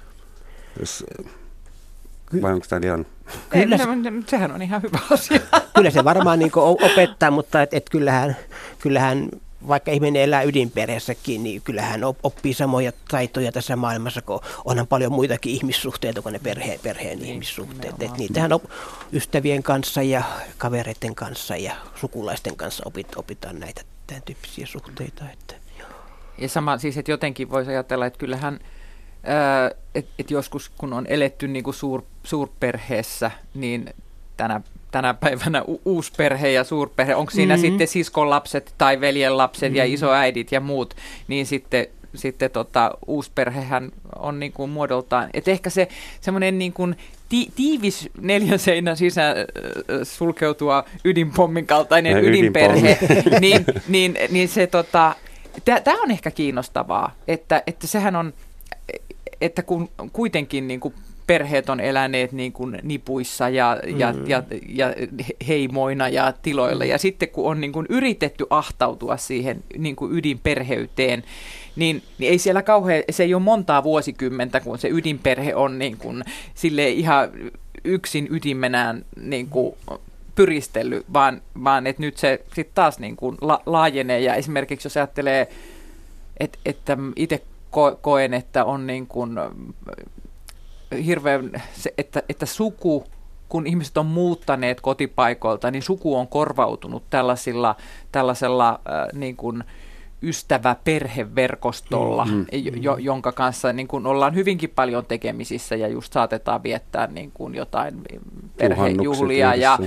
Vai onko tämä ihan... Sehän on ihan hyvä asia. Kyllä se varmaan niin opettaa, mutta kyllähän vaikka ihminen elää ydinperheessäkin, niin kyllähän oppii samoja taitoja tässä maailmassa, kun onhan paljon muitakin ihmissuhteita kuin ne perheen ihmissuhteet. Niitähän ystävien kanssa ja kavereiden kanssa ja sukulaisten kanssa opitaan näitä tämän tyyppisiä suhteita. Ja sama siis, että jotenkin voisi ajatella, että kyllähän että joskus kun on eletty niin kuin suurperheessä, niin tänä päivänä uusperhe ja suurperhe, onko siinä sitten siskon lapset tai veljen lapset ja isoäidit ja muut, niin sitten uusperhehän on niin kuin muodoltaan, että ehkä se semmoinen niin kuin tiivis 4 seinän sisään sulkeutua ydinpommin kaltainen ydinperhe, niin se tämä on ehkä kiinnostavaa, että sehän on, että kun kuitenkin niin kuin perheet on eläneet niin kuin nipuissa ja heimoina ja tiloilla. Ja sitten kun on niin kuin yritetty ahtautua siihen niin kuin ydinperheyteen, niin ei siellä se ei ole montaa vuosikymmentä, kun se ydinperhe on niin kuin silleen ihan yksin ytimenään niin kuin pyristellyt, vaan että nyt se sitten taas niin kuin laajenee. Ja esimerkiksi jos ajattelee, että itse koen, että on niin kuin hirveän, että suku, kun ihmiset on muuttaneet kotipaikoilta, niin suku on korvautunut tällaisella niin kuin ystävä-perheverkostolla, jonka kanssa niin kuin ollaan hyvinkin paljon tekemisissä ja just saatetaan viettää niin kuin jotain perhejuhlia ja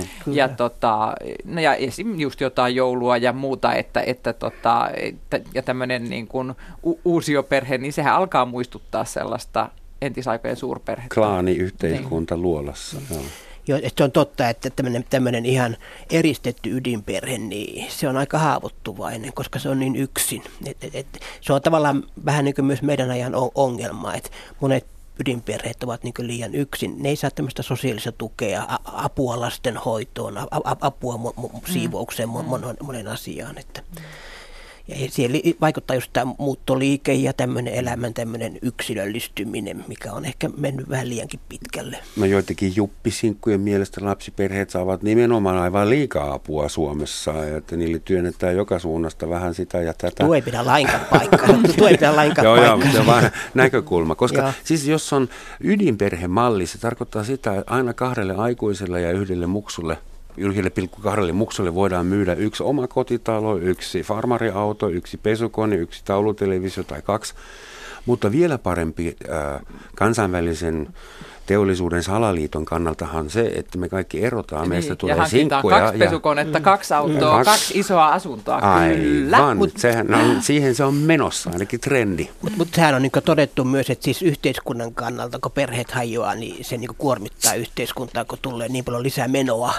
esim. Just jotain joulua ja muuta, ja tämmöinen niin kuin uusioperhe, niin sehän alkaa muistuttaa sellaista entisaikojen suurperhettä. Klaaniyhteiskunta luolassa. Joo. Joo, se on totta, että tämmöinen ihan eristetty ydinperhe, niin se on aika haavoittuvainen, koska se on niin yksin. Se on tavallaan vähän niin kuin myös meidän ajan ongelma, että monet ydinperheet ovat niin kuin liian yksin. Ne ei saa tämmöistä sosiaalista tukea, apua lastenhoitoon, apua siivoukseen, monen asiaan. Ja siihen vaikuttaa just tämä muuttoliike ja tämmöinen elämän tämmöinen yksilöllistyminen, mikä on ehkä mennyt vähän liiankin pitkälle. No joitakin juppisinkkujen mielestä lapsiperheet saavat nimenomaan aivan liikaa apua Suomessa, että niille työnnetään joka suunnasta vähän sitä ja tätä. Tuo ei pidä lainkaan paikkaa. Joo, se on vain näkökulma, koska siis jos on ydinperhemalli, se tarkoittaa sitä, että aina 2 aikuiselle ja 1 muksulle, 1,2 muksulle voidaan myydä 1 oma kotitalo, 1 farmariauto, 1 pesukone, 1 taulutelevisio tai 2. Mutta vielä parempi kansainvälisen teollisuuden salaliiton kannaltahan se, että me kaikki erotaan, meistä tulee sinkkuja. Ja 2 pesukonetta, 2 autoa, 2 isoa asuntoa, kyllä. Aivan, siihen se on menossa, ainakin trendi. Mutta sehän on niin todettu myös, että siis yhteiskunnan kannalta, kun perheet hajoaa, niin se niin kuormittaa yhteiskuntaa, kun tulee niin paljon lisää menoa.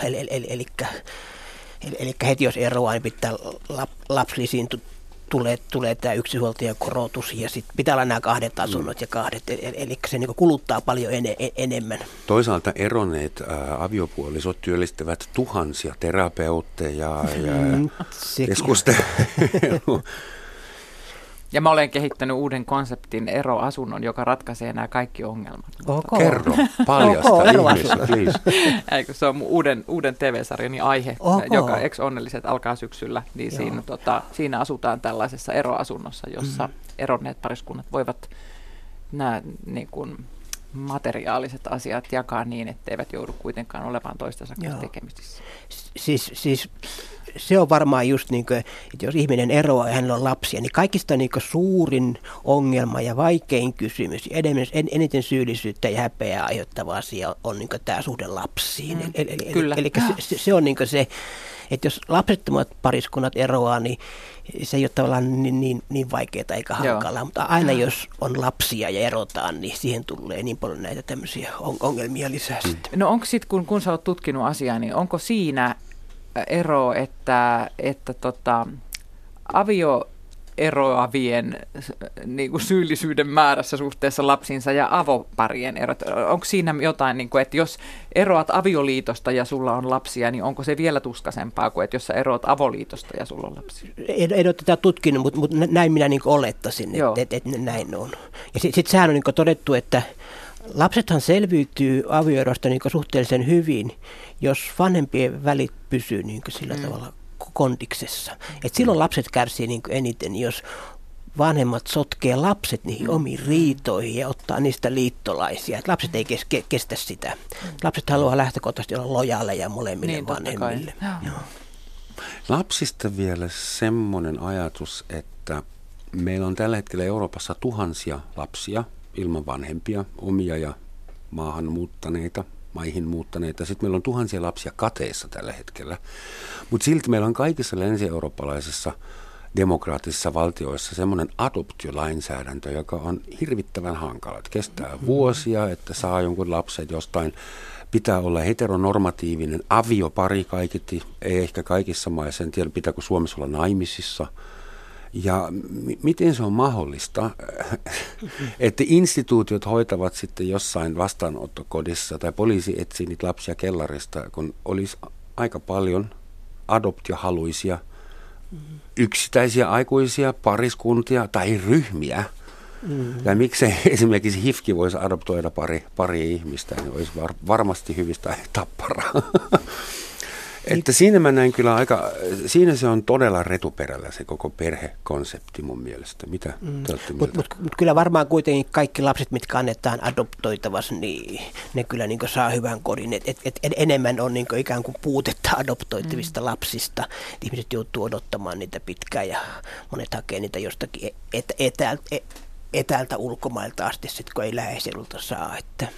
Eli heti jos eroaa, niin pitää lapsilisiin tulee tämä yksinhuoltajakorotus ja sitten pitää olla nämä 2 asunnot ja 2, eli se niin kuluttaa paljon enemmän. Toisaalta eronneet aviopuolisot työllistävät tuhansia terapeutteja ja keskustelua. Ja mä olen kehittänyt uuden konseptin eroasunnon, joka ratkaisee nämä kaikki ongelmat. Kerro, paljasta ihmeessä, please. Eikö, se on mun uuden TV-sarjani aihe, joka Ex-onnelliset alkaa syksyllä. Niin siinä asutaan tällaisessa eroasunnossa, jossa eronneet pariskunnat voivat nämä niin kuin materiaaliset asiat jakaa niin, etteivät joudu kuitenkaan olemaan toistensa kanssa tekemisissä. Siis se on varmaan just niin kuin, että jos ihminen eroaa ja hänellä on lapsia, niin kaikista niin kuin suurin ongelma ja vaikein kysymys, eniten syyllisyyttä ja häpeää aiheuttava asia on niin kuin tämä suhde lapsiin. Eli se on niin kuin se, että jos lapsettomat pariskunnat eroaa, niin se ei ole tavallaan niin vaikeaa eikä hankalaa, mutta aina jos on lapsia ja erotaan, niin siihen tulee niin paljon näitä tämmöisiä ongelmia lisää sitten. No onko sitten, kun sä oot tutkinut asiaa, niin onko siinä ero, että avioeroavien niin kuin syyllisyyden määrässä suhteessa lapsiinsa ja avoparien erot, onko siinä jotain, niin kuin, että jos eroat avioliitosta ja sulla on lapsia, niin onko se vielä tuskaisempaa kuin, että jos sä eroat avoliitosta ja sulla on lapsia? En ole tätä tutkinut, mutta näin minä niin olettaisin, että näin on. Ja sitten sehän on niin todettu, että lapsethan selviytyy avioerosta niin suhteellisen hyvin, jos vanhempien välit pysyy niin sillä tavalla kondiksessa. Et silloin lapset kärsii niin eniten, jos vanhemmat sotkee lapset niihin omiin riitoihin ja ottaa niistä liittolaisia. Et lapset ei kestä sitä. Lapset haluaa lähtökohtaisesti olla lojaaleja molemmille vanhemmille. Lapsista vielä semmoinen ajatus, että meillä on tällä hetkellä Euroopassa tuhansia lapsia ilman vanhempia, omia ja maihin muuttaneita. Sitten meillä on tuhansia lapsia kateissa tällä hetkellä. Mutta silti meillä on kaikissa länsi-eurooppalaisissa demokraattisissa valtioissa semmoinen adoptiolainsäädäntö, joka on hirvittävän hankala. Että kestää vuosia, että saa jonkun lapsen jostain. Pitää olla heteronormatiivinen aviopari kaiketi, ei ehkä kaikissa maissa. En tiedä, pitääkö Suomessa olla naimisissa. Ja miten se on mahdollista, että instituutiot hoitavat sitten jossain vastaanottokodissa tai poliisi etsii niitä lapsia kellarista, kun olisi aika paljon adoptiohaluisia yksittäisiä aikuisia, pariskuntia tai ryhmiä. Ja miksei esimerkiksi HIFKI voisi adoptoida pari ihmistä, niin olisi varmasti hyvistä tapparaa. Että siinä mä näin kyllä siinä se on todella retuperällä se koko perhekonsepti mun mielestä. Mitä te olette mieltä? Mutta kyllä varmaan kuitenkin kaikki lapset, mitkä annetaan adoptoitavassa, niin ne kyllä niin saa hyvän kodin. Enemmän on niin ikään kuin puutetta adoptoitavista lapsista. Ihmiset joutuu odottamaan niitä pitkään ja monet hakee niitä jostakin etäältä ulkomailta asti, sit, kun ei läheiseudulta saa.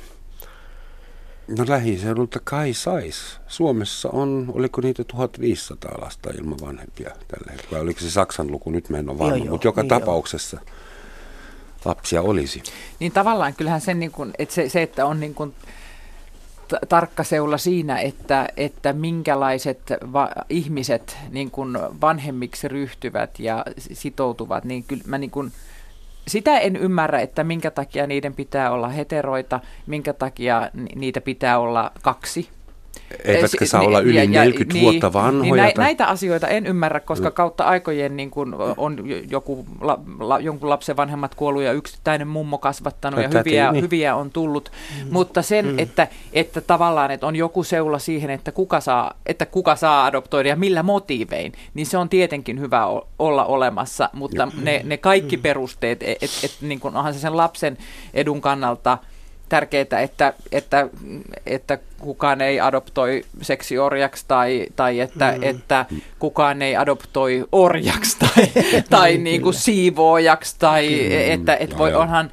No lähiseudulta kai sais. Suomessa on, oliko niitä 1500 lasta ilman vanhempia tällä hetkellä? Oliko se Saksan luku? Nyt mä en ole varma, mutta joka tapauksessa lapsia olisi. Niin tavallaan kyllähän sen, niin kuin, että se, että on niin kuin tarkka seula siinä, että minkälaiset ihmiset niin kuin vanhemmiksi ryhtyvät ja sitoutuvat, niin kyllä mä niin kuin sitä en ymmärrä, että minkä takia niiden pitää olla heteroita, minkä takia niitä pitää olla 2. Eivätkä saa olla yli 40 vuotta vanhoja. Näitä asioita en ymmärrä, koska kautta aikojen niin kun on jonkun lapsen vanhemmat kuollut ja yksittäinen mummo kasvattanut ja hyviä on tullut. Mutta sen, että tavallaan että on joku seula siihen, että kuka saa adoptoida ja millä motiivein, niin se on tietenkin hyvä olla olemassa. Mutta ne kaikki perusteet, niin kun onhan se sen lapsen edun kannalta tärkeää, että kukaan ei adoptoi seksiorjaksi tai että kukaan ei adoptoi orjaksi tai niin kuin siivoojaksi tai että voi onhan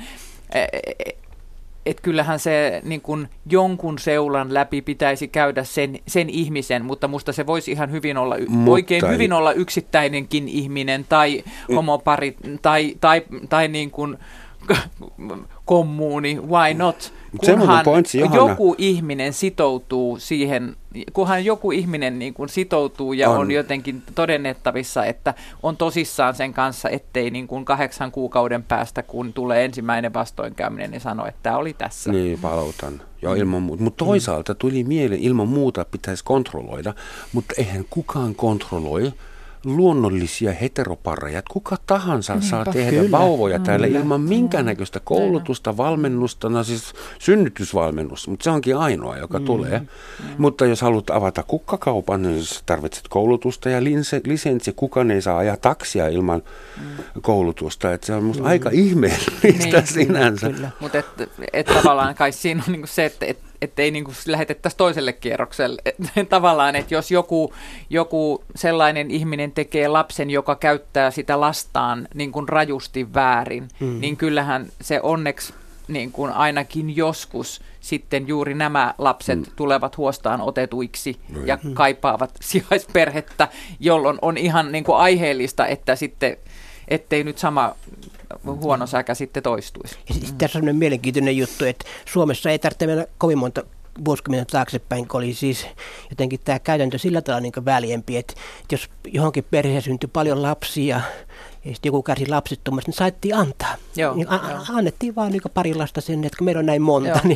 että kyllähän se niin kuin jonkun seulan läpi pitäisi käydä sen ihmisen, mutta musta se voisi ihan hyvin olla hyvin olla yksittäinenkin ihminen tai homopari tai niin kuin kommuuni, why not? Kunhan joku ihminen sitoutuu siihen, kunhan joku ihminen niin kuin sitoutuu ja on jotenkin todennettavissa, että on tosissaan sen kanssa, ettei niin kuin 8 kuukauden päästä, kun tulee ensimmäinen vastoinkäyminen, niin sano, että tämä oli tässä. Niin, palautan. Joo, ilman muuta. Mutta toisaalta tuli mieleen, ilman muuta pitäisi kontrolloida, mutta eihän kukaan kontrolloi luonnollisia heteropareja. Kuka tahansa saa tehdä vauvoja täällä ilman minkäännäköistä koulutusta, valmennusta, no siis synnytysvalmennusta, mutta se onkin ainoa, joka tulee. Mutta jos haluat avata kukkakaupan, niin tarvitset koulutusta ja lisenssi. Kukaan ei saa ajaa taksia ilman koulutusta. Et se on musta aika ihmeellistä sinänsä. Mutta tavallaan kai siinä on niinku se, että ei niinku lähetettäisi toiselle kierrokselle. Tavallaan, että jos joku sellainen ihminen tekee lapsen, joka käyttää sitä lastaan niin kuin rajusti väärin, niin kyllähän se onneksi niin kuin ainakin joskus sitten juuri nämä lapset tulevat huostaan otetuiksi ja kaipaavat sijaisperhettä, jolloin on ihan niin kuin aiheellista, että sitten, ettei nyt sama huono säkä sitten toistuisi. Tässä on sellainen mielenkiintoinen juttu, että Suomessa ei tarvitse mennä kovin monta vuosikymmenen taaksepäin, kun oli siis jotenkin tämä käytäntö sillä tavalla niin väljempi, että jos johonkin perheeseen syntyi paljon lapsia ja sitten joku kärsi lapsettomasti, niin saettiin antaa. Niin annettiin vaan niin pari lasta sen, että kun meillä on näin monta, niin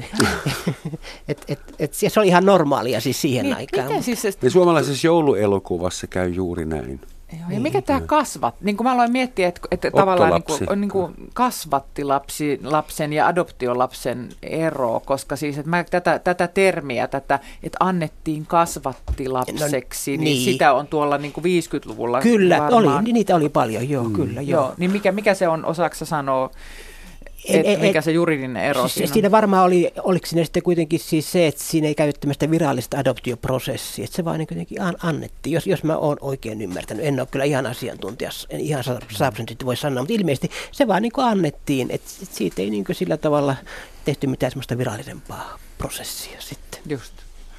se oli ihan normaalia siis siihen aikaan. Siis suomalaisessa jouluelokuvassa käy juuri näin. Ja mikä tämä kasvat? Niin kuin mä aloin miettiä, että tavallaan niin kuin kasvatti lapsen ja adoptiolapsen ero, koska siis että mä tätä termiä, että annettiin kasvattilapseksi, niin sitä on tuolla niin kuin 50-luvulla kyllä, varmaan. niitä oli paljon, kyllä. Joo. Niin mikä se on, osaako sanoa? Mikä se juridinen ero siinä? Siinä varmaan oliko siinä sitten kuitenkin siis se, että siinä ei käytetty tämmöistä virallista adoptioprosessia, että se vaan niin kuitenkin annettiin, jos mä oon oikein ymmärtänyt. En ole kyllä ihan asiantuntija, en ihan 100% voi sanoa, mutta ilmeisesti se vaan niin kuin annettiin, että siitä ei niin kuin sillä tavalla tehty mitään semmoista virallisempaa prosessia sitten. Just.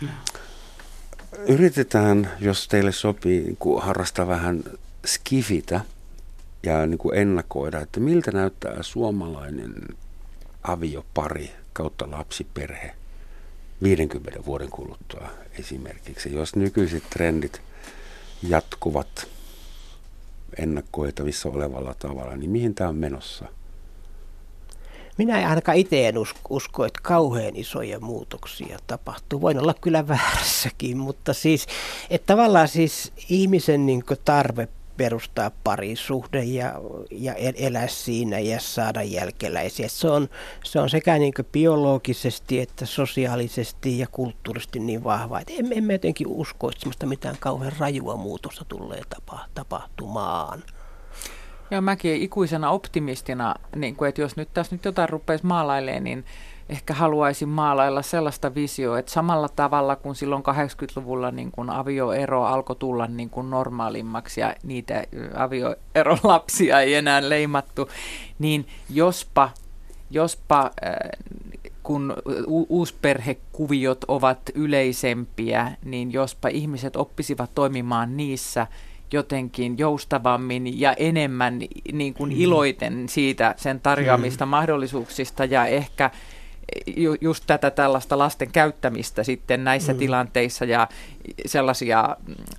Yritetään, jos teille sopii, harrastaa vähän skifitä ja niin kuin ennakoida, että miltä näyttää suomalainen aviopari kautta lapsiperhe 50 vuoden kuluttua esimerkiksi. Jos nykyiset trendit jatkuvat ennakoitavissa olevalla tavalla, niin mihin tämä on menossa? Minä en ainakaan itse en usko, että kauhean isoja muutoksia tapahtuu. Voin olla kyllä väärässäkin, mutta siis, että tavallaan siis ihmisen niin kuin tarve perustaa parisuhde ja elää siinä ja saada jälkeläisiä. Se on sekä niin kuin biologisesti että sosiaalisesti ja kulttuurisesti niin vahva, että emme jotenkin usko, että semmoista mitään kauhean rajua muutosta tulee tapahtumaan. Joo, mäkin ikuisena optimistina, niin kun, että jos nyt tässä nyt jotain rupeaisi maalailemaan, niin ehkä haluaisin maalailla sellaista visioa, että samalla tavalla kuin silloin 80-luvulla niin kun avioero alkoi tulla niin kun normaalimmaksi ja niitä avioerolapsia ei enää leimattu, niin jospa kun uusperhekuviot ovat yleisempiä, niin jospa ihmiset oppisivat toimimaan niissä jotenkin joustavammin ja enemmän niin kuin iloiten siitä sen tarjoamista mahdollisuuksista ja ehkä just tätä tällaista lasten käyttämistä sitten näissä tilanteissa ja sellaisia,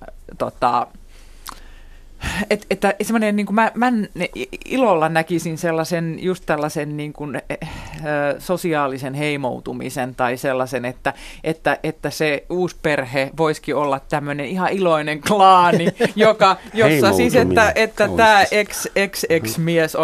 että semmoinen, niin kuin mä ilolla näkisin sellaisen, just tällaisen niin kuin, sosiaalisen heimoutumisen tai sellaisen, että se uusi perhe voisikin olla tämmöinen ihan iloinen klaani, jossa siis, että tämä ex-mies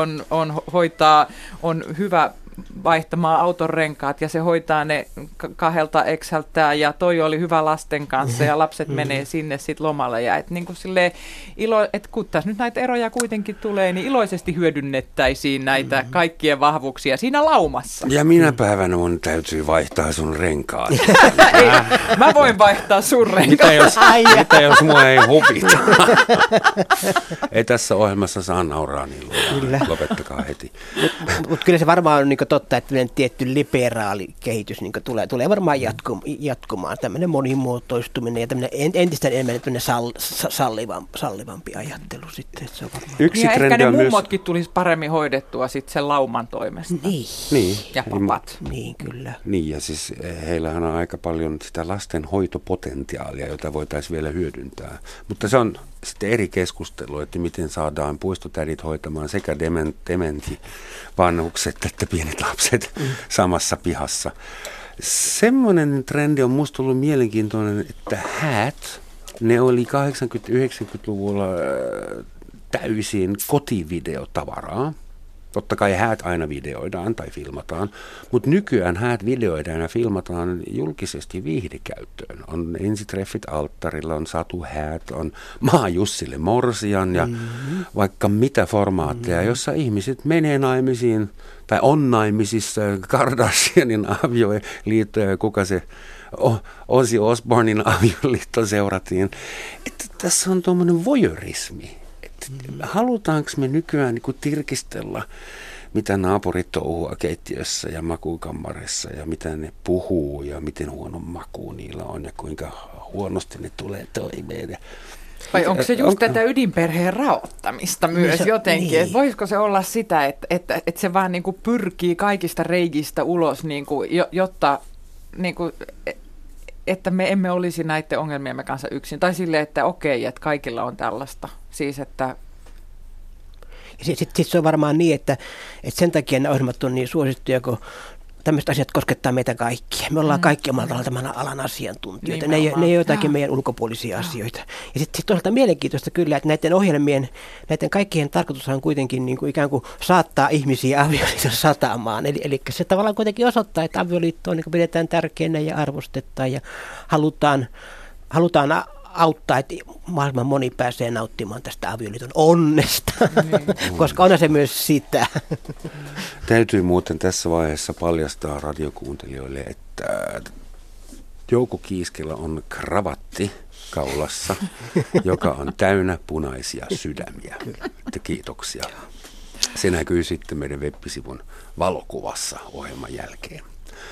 on hyvä vaihtamaan auton renkaat ja se hoitaa ne kahdelta exältään ja toi oli hyvä lasten kanssa ja lapset menee sinne sitten lomalle ja että niin kuin silleen että kun tässä nyt näitä eroja kuitenkin tulee, niin iloisesti hyödynnettäisiin näitä kaikkien vahvuuksia siinä laumassa. Ja minä päivänä mun täytyy vaihtaa sun renkaat. Ei, mä voin vaihtaa sun renkaat. Mitä jos mua ei huvita? Ei tässä ohjelmassa saa nauraa, niin lopettakaa heti. Mutta kyllä se varmaan on niin totta, että tietty liberaali kehitys niin tulee varmaan jatkumaan. Tämmöinen monimuotoistuminen ja tämmöinen entistä enemmän sallivampi ajattelu sitten. Että se on varmaan. Yksi ja ehkä ne mummotkin tulisi paremmin hoidettua sitten sen lauman toimesta. Niin. Ja papat. Niin, kyllä. Niin, ja siis heillähän on aika paljon sitä lasten hoitopotentiaalia, jota voitaisiin vielä hyödyntää. Mutta se on sitten eri keskustelu, että miten saadaan puistotädit hoitamaan sekä vanhukset että pienet lapset samassa pihassa. Semmoinen trendi on musta ollut mielenkiintoinen, että häät, ne oli 80-90-luvulla täysin kotivideotavaraa. Totta kai häät aina videoidaan tai filmataan, mutta nykyään häät videoidaan ja filmataan julkisesti viihdekäyttöön. On ensitreffit alttarilla, on Satu-häät, on Maa Jussille morsian ja vaikka mitä formaatteja, jossa ihmiset menee naimisiin tai on naimisissa Kardashianin avioliitto ja kuka se Ozzy Osbournein avioliitto seurattiin. Että tässä on tuommoinen voyeurismi. Halutaanko me nykyään niin kuin tirkistellä, mitä naapurit touhua keittiössä ja makuukammarissa ja mitä ne puhuu ja miten huono maku niillä on ja kuinka huonosti ne tulee toimeen. Vai onko se just tätä ydinperheen raottamista myös jotenkin? Niin. Että voisiko se olla sitä, että se vaan niin kuin pyrkii kaikista reikistä ulos, niin kuin, jotta niin kuin, että me emme olisi näiden ongelmiemme kanssa yksin. Tai silleen, että okei, että kaikilla on tällaista. Siis, että Sitten se on varmaan niin, että sen takia nämä ohjelmat on niin suosittuja, kun tämmöiset asiat koskettaa meitä kaikkia. Me ollaan kaikki omalla tavalla tämän alan asiantuntijoita. Ne ei ole jotakin meidän ulkopuolisia asioita. Ja sitten toisaalta mielenkiintoista kyllä, että näiden ohjelmien, näiden kaikkien tarkoitus on kuitenkin niin kuin ikään kuin saattaa ihmisiä avioliiton satamaan. Eli se tavallaan kuitenkin osoittaa, että avioliittoa niin kuin pidetään tärkeänä ja arvostetaan ja halutaan auttaa, että mahdollisimman moni pääsee nauttimaan tästä avioliiton onnesta, koska onhan se myös sitä. Täytyy muuten tässä vaiheessa paljastaa radiokuuntelijoille, että Jouko Kiiskellä on kravatti kaulassa, joka on täynnä punaisia sydämiä. Että kiitoksia. Se näkyy sitten meidän web-sivun valokuvassa ohjelman jälkeen.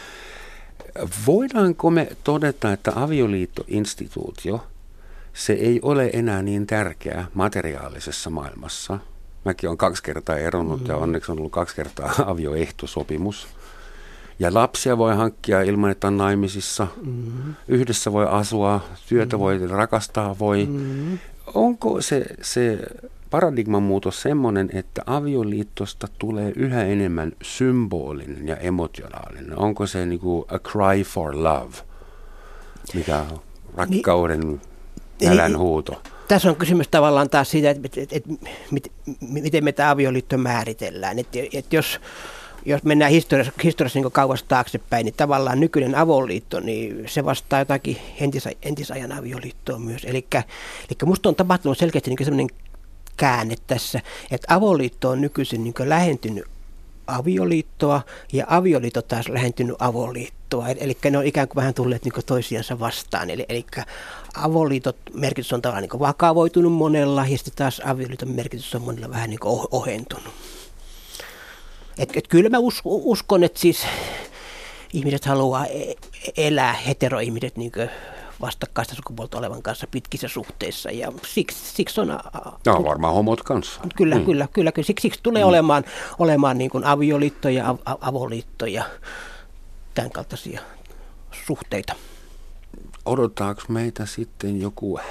Voidaanko me todeta, että avioliittoinstituutio, se ei ole enää niin tärkeä materiaalisessa maailmassa? Mäkin olen 2 kertaa eronnut ja onneksi on ollut 2 kertaa avioehtosopimus. Ja lapsia voi hankkia ilman, että on naimisissa. Yhdessä voi asua, työtä voi rakastaa, voi. Onko se paradigman muutos semmoinen, että avioliitosta tulee yhä enemmän symbolinen ja emotionaalinen? Onko se niin kuin a cry for love, mikä on rakkauden nälän huuto? Tässä on kysymys tavallaan taas siitä, että miten me tämä avioliitto määritellään. Että jos mennään historiassa niin kauas taaksepäin, niin tavallaan nykyinen avoliitto, niin se vastaa jotakin entisajan avioliittoa myös. Eli musta on tapahtunut selkeästi niin sellainen käänne tässä, että avoliitto on nykyisin niin lähentynyt avioliittoa ja avioliitto taas lähentynyt avoliittoa. Eli ne on ikään kuin vähän tulleet niin toisiansa vastaan. Eli avoliiton merkitys on tavallaan niin vakavoitunut monella ja sitten taas avioliiton merkitys on monella vähän niin ohentunut. Kyllä mä uskon, että siis ihmiset haluaa elää, heteroihmiset niin vastakkaista sukupuolta olevan kanssa pitkissä suhteissa ja siksi on... No varmaan homot kanssa. Kyllä. Siksi tulee olemaan niin kuin avioliitto ja avoliitto ja tämän kaltaisia suhteita. Odottaako meitä sitten joku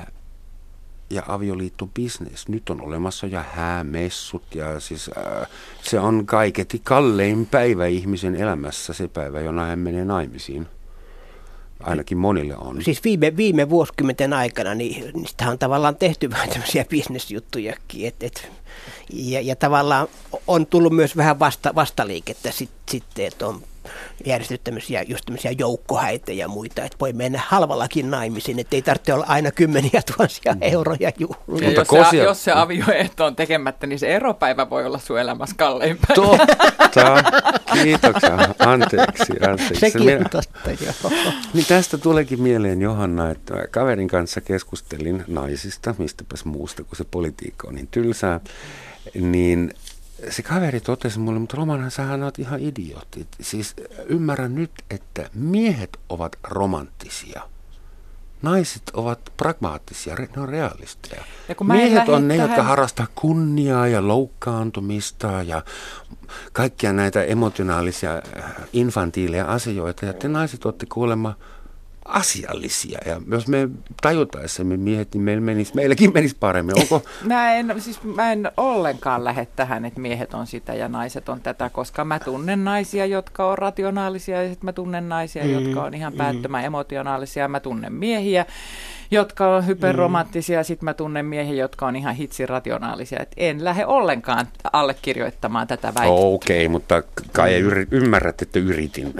ja avioliittobisnes? Nyt on olemassa jo häämessut ja siis se on kaiketi kallein päivä ihmisen elämässä, se päivä, jona hän menee naimisiin. Ainakin monille on. Siis viime vuosikymmenten aikana, niin niistähän on tavallaan tehty vähän tämmöisiä bisnesjuttujakin. Ja tavallaan on tullut myös vähän vastaliikettä sitten, että on järjestetty tämmöisiä joukkohäitä ja muita, että voi mennä halvallakin naimisiin, että ei tarvitse olla aina 10 000 euroja juhliin. Jos se avioehto on tekemättä, niin se eropäivä voi olla sun elämässä kallein päivä. Totta, kiitoksia, anteeksi. Sekin on totta, joo. Niin tästä tuleekin mieleen, Johanna, että kaverin kanssa keskustelin naisista, mistäpäs muusta, kun se politiikka on niin tylsää, niin se kaveri totesi mulle, mutta Romanhan, sähän oot ihan idiootti. Siis ymmärrän nyt, että miehet ovat romanttisia. Naiset ovat pragmaattisia, ne on realisteja. Miehet on ne, jotka harrastaa kunniaa ja loukkaantumista ja kaikkia näitä emotionaalisia, infantiileja asioita. Ja te naiset olette kuulemma asiallisia. Ja jos me tajutaisimme miehet, niin meilläkin menisi paremmin. Onko? Mä en ollenkaan lähde tähän, että miehet on sitä ja naiset on tätä, koska mä tunnen naisia, jotka on rationaalisia ja sitten mä tunnen naisia, jotka on ihan päättömän emotionaalisia. Mä tunnen miehiä, jotka on hyperromanttisia, sitten mä tunnen miehiä, jotka on ihan hitsirationaalisia. Et en lähde ollenkaan allekirjoittamaan tätä väitettä. Okei, mutta kai ymmärrät, että yritin.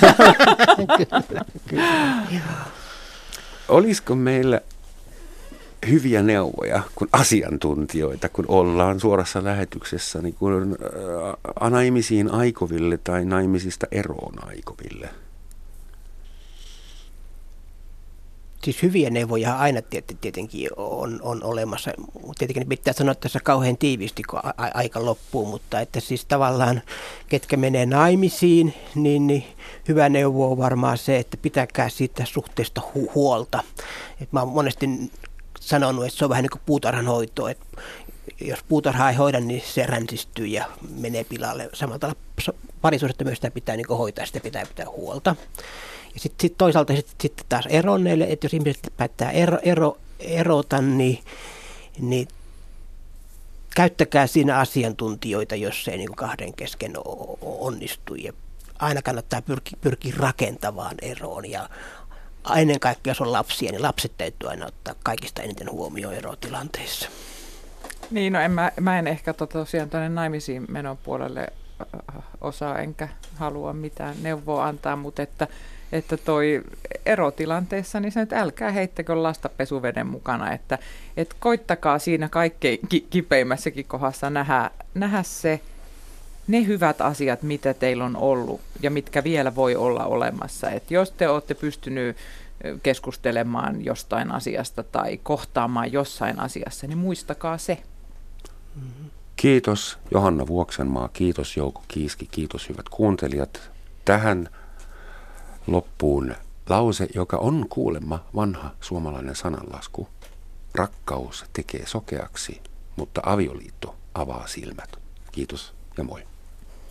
Olisiko meillä hyviä neuvoja, kun asiantuntijoita, kun ollaan suorassa lähetyksessä, niin kun naimisiin aikoville tai naimisista eroon aikoville? Siis hyviä neuvoja aina tietenkin on olemassa. Tietenkin pitää sanoa tässä kauhean tiiviisti, kun aika loppuu, mutta että siis tavallaan ketkä menee naimisiin, niin hyvä neuvo on varmaan se, että pitäkää siitä suhteesta huolta. Et mä oon monesti sanonut, että se on vähän niin kuin puutarhanhoito, että jos puutarhaa ei hoida, niin se ränsistyy ja menee pilalle. Samalla tavalla parisuhdetta myös sitä pitää niin kuin hoitaa, sitä pitää huolta. Ja sitten toisaalta sitten taas eronneille, että jos ihmiset päättää erota, niin käyttäkää siinä asiantuntijoita, jos se ei niin kahden kesken onnistu. Ja aina kannattaa pyrkiä rakentavaan eroon. Ja ennen kaikkea, jos on lapsia, niin lapset täytyy aina ottaa kaikista eniten huomioon erotilanteissa. Niin, no mä en ehkä tosiaan tuonne naimisiin menon puolelle osaa enkä halua mitään neuvoa antaa, mutta että toi erotilanteessa, niin se nyt älkää heittäkö lasta pesuveden mukana, että koittakaa siinä kaikkein kipeimmässäkin kohdassa nähdä ne hyvät asiat, mitä teillä on ollut ja mitkä vielä voi olla olemassa. Että jos te olette pystynyt keskustelemaan jostain asiasta tai kohtaamaan jossain asiassa, niin muistakaa se. Kiitos Johanna Vuoksenmaa, kiitos Jouko Kiiski, kiitos hyvät kuuntelijat. Tähän loppuun lause, joka on kuulemma vanha suomalainen sananlasku. Rakkaus tekee sokeaksi, mutta avioliitto avaa silmät. Kiitos ja moi.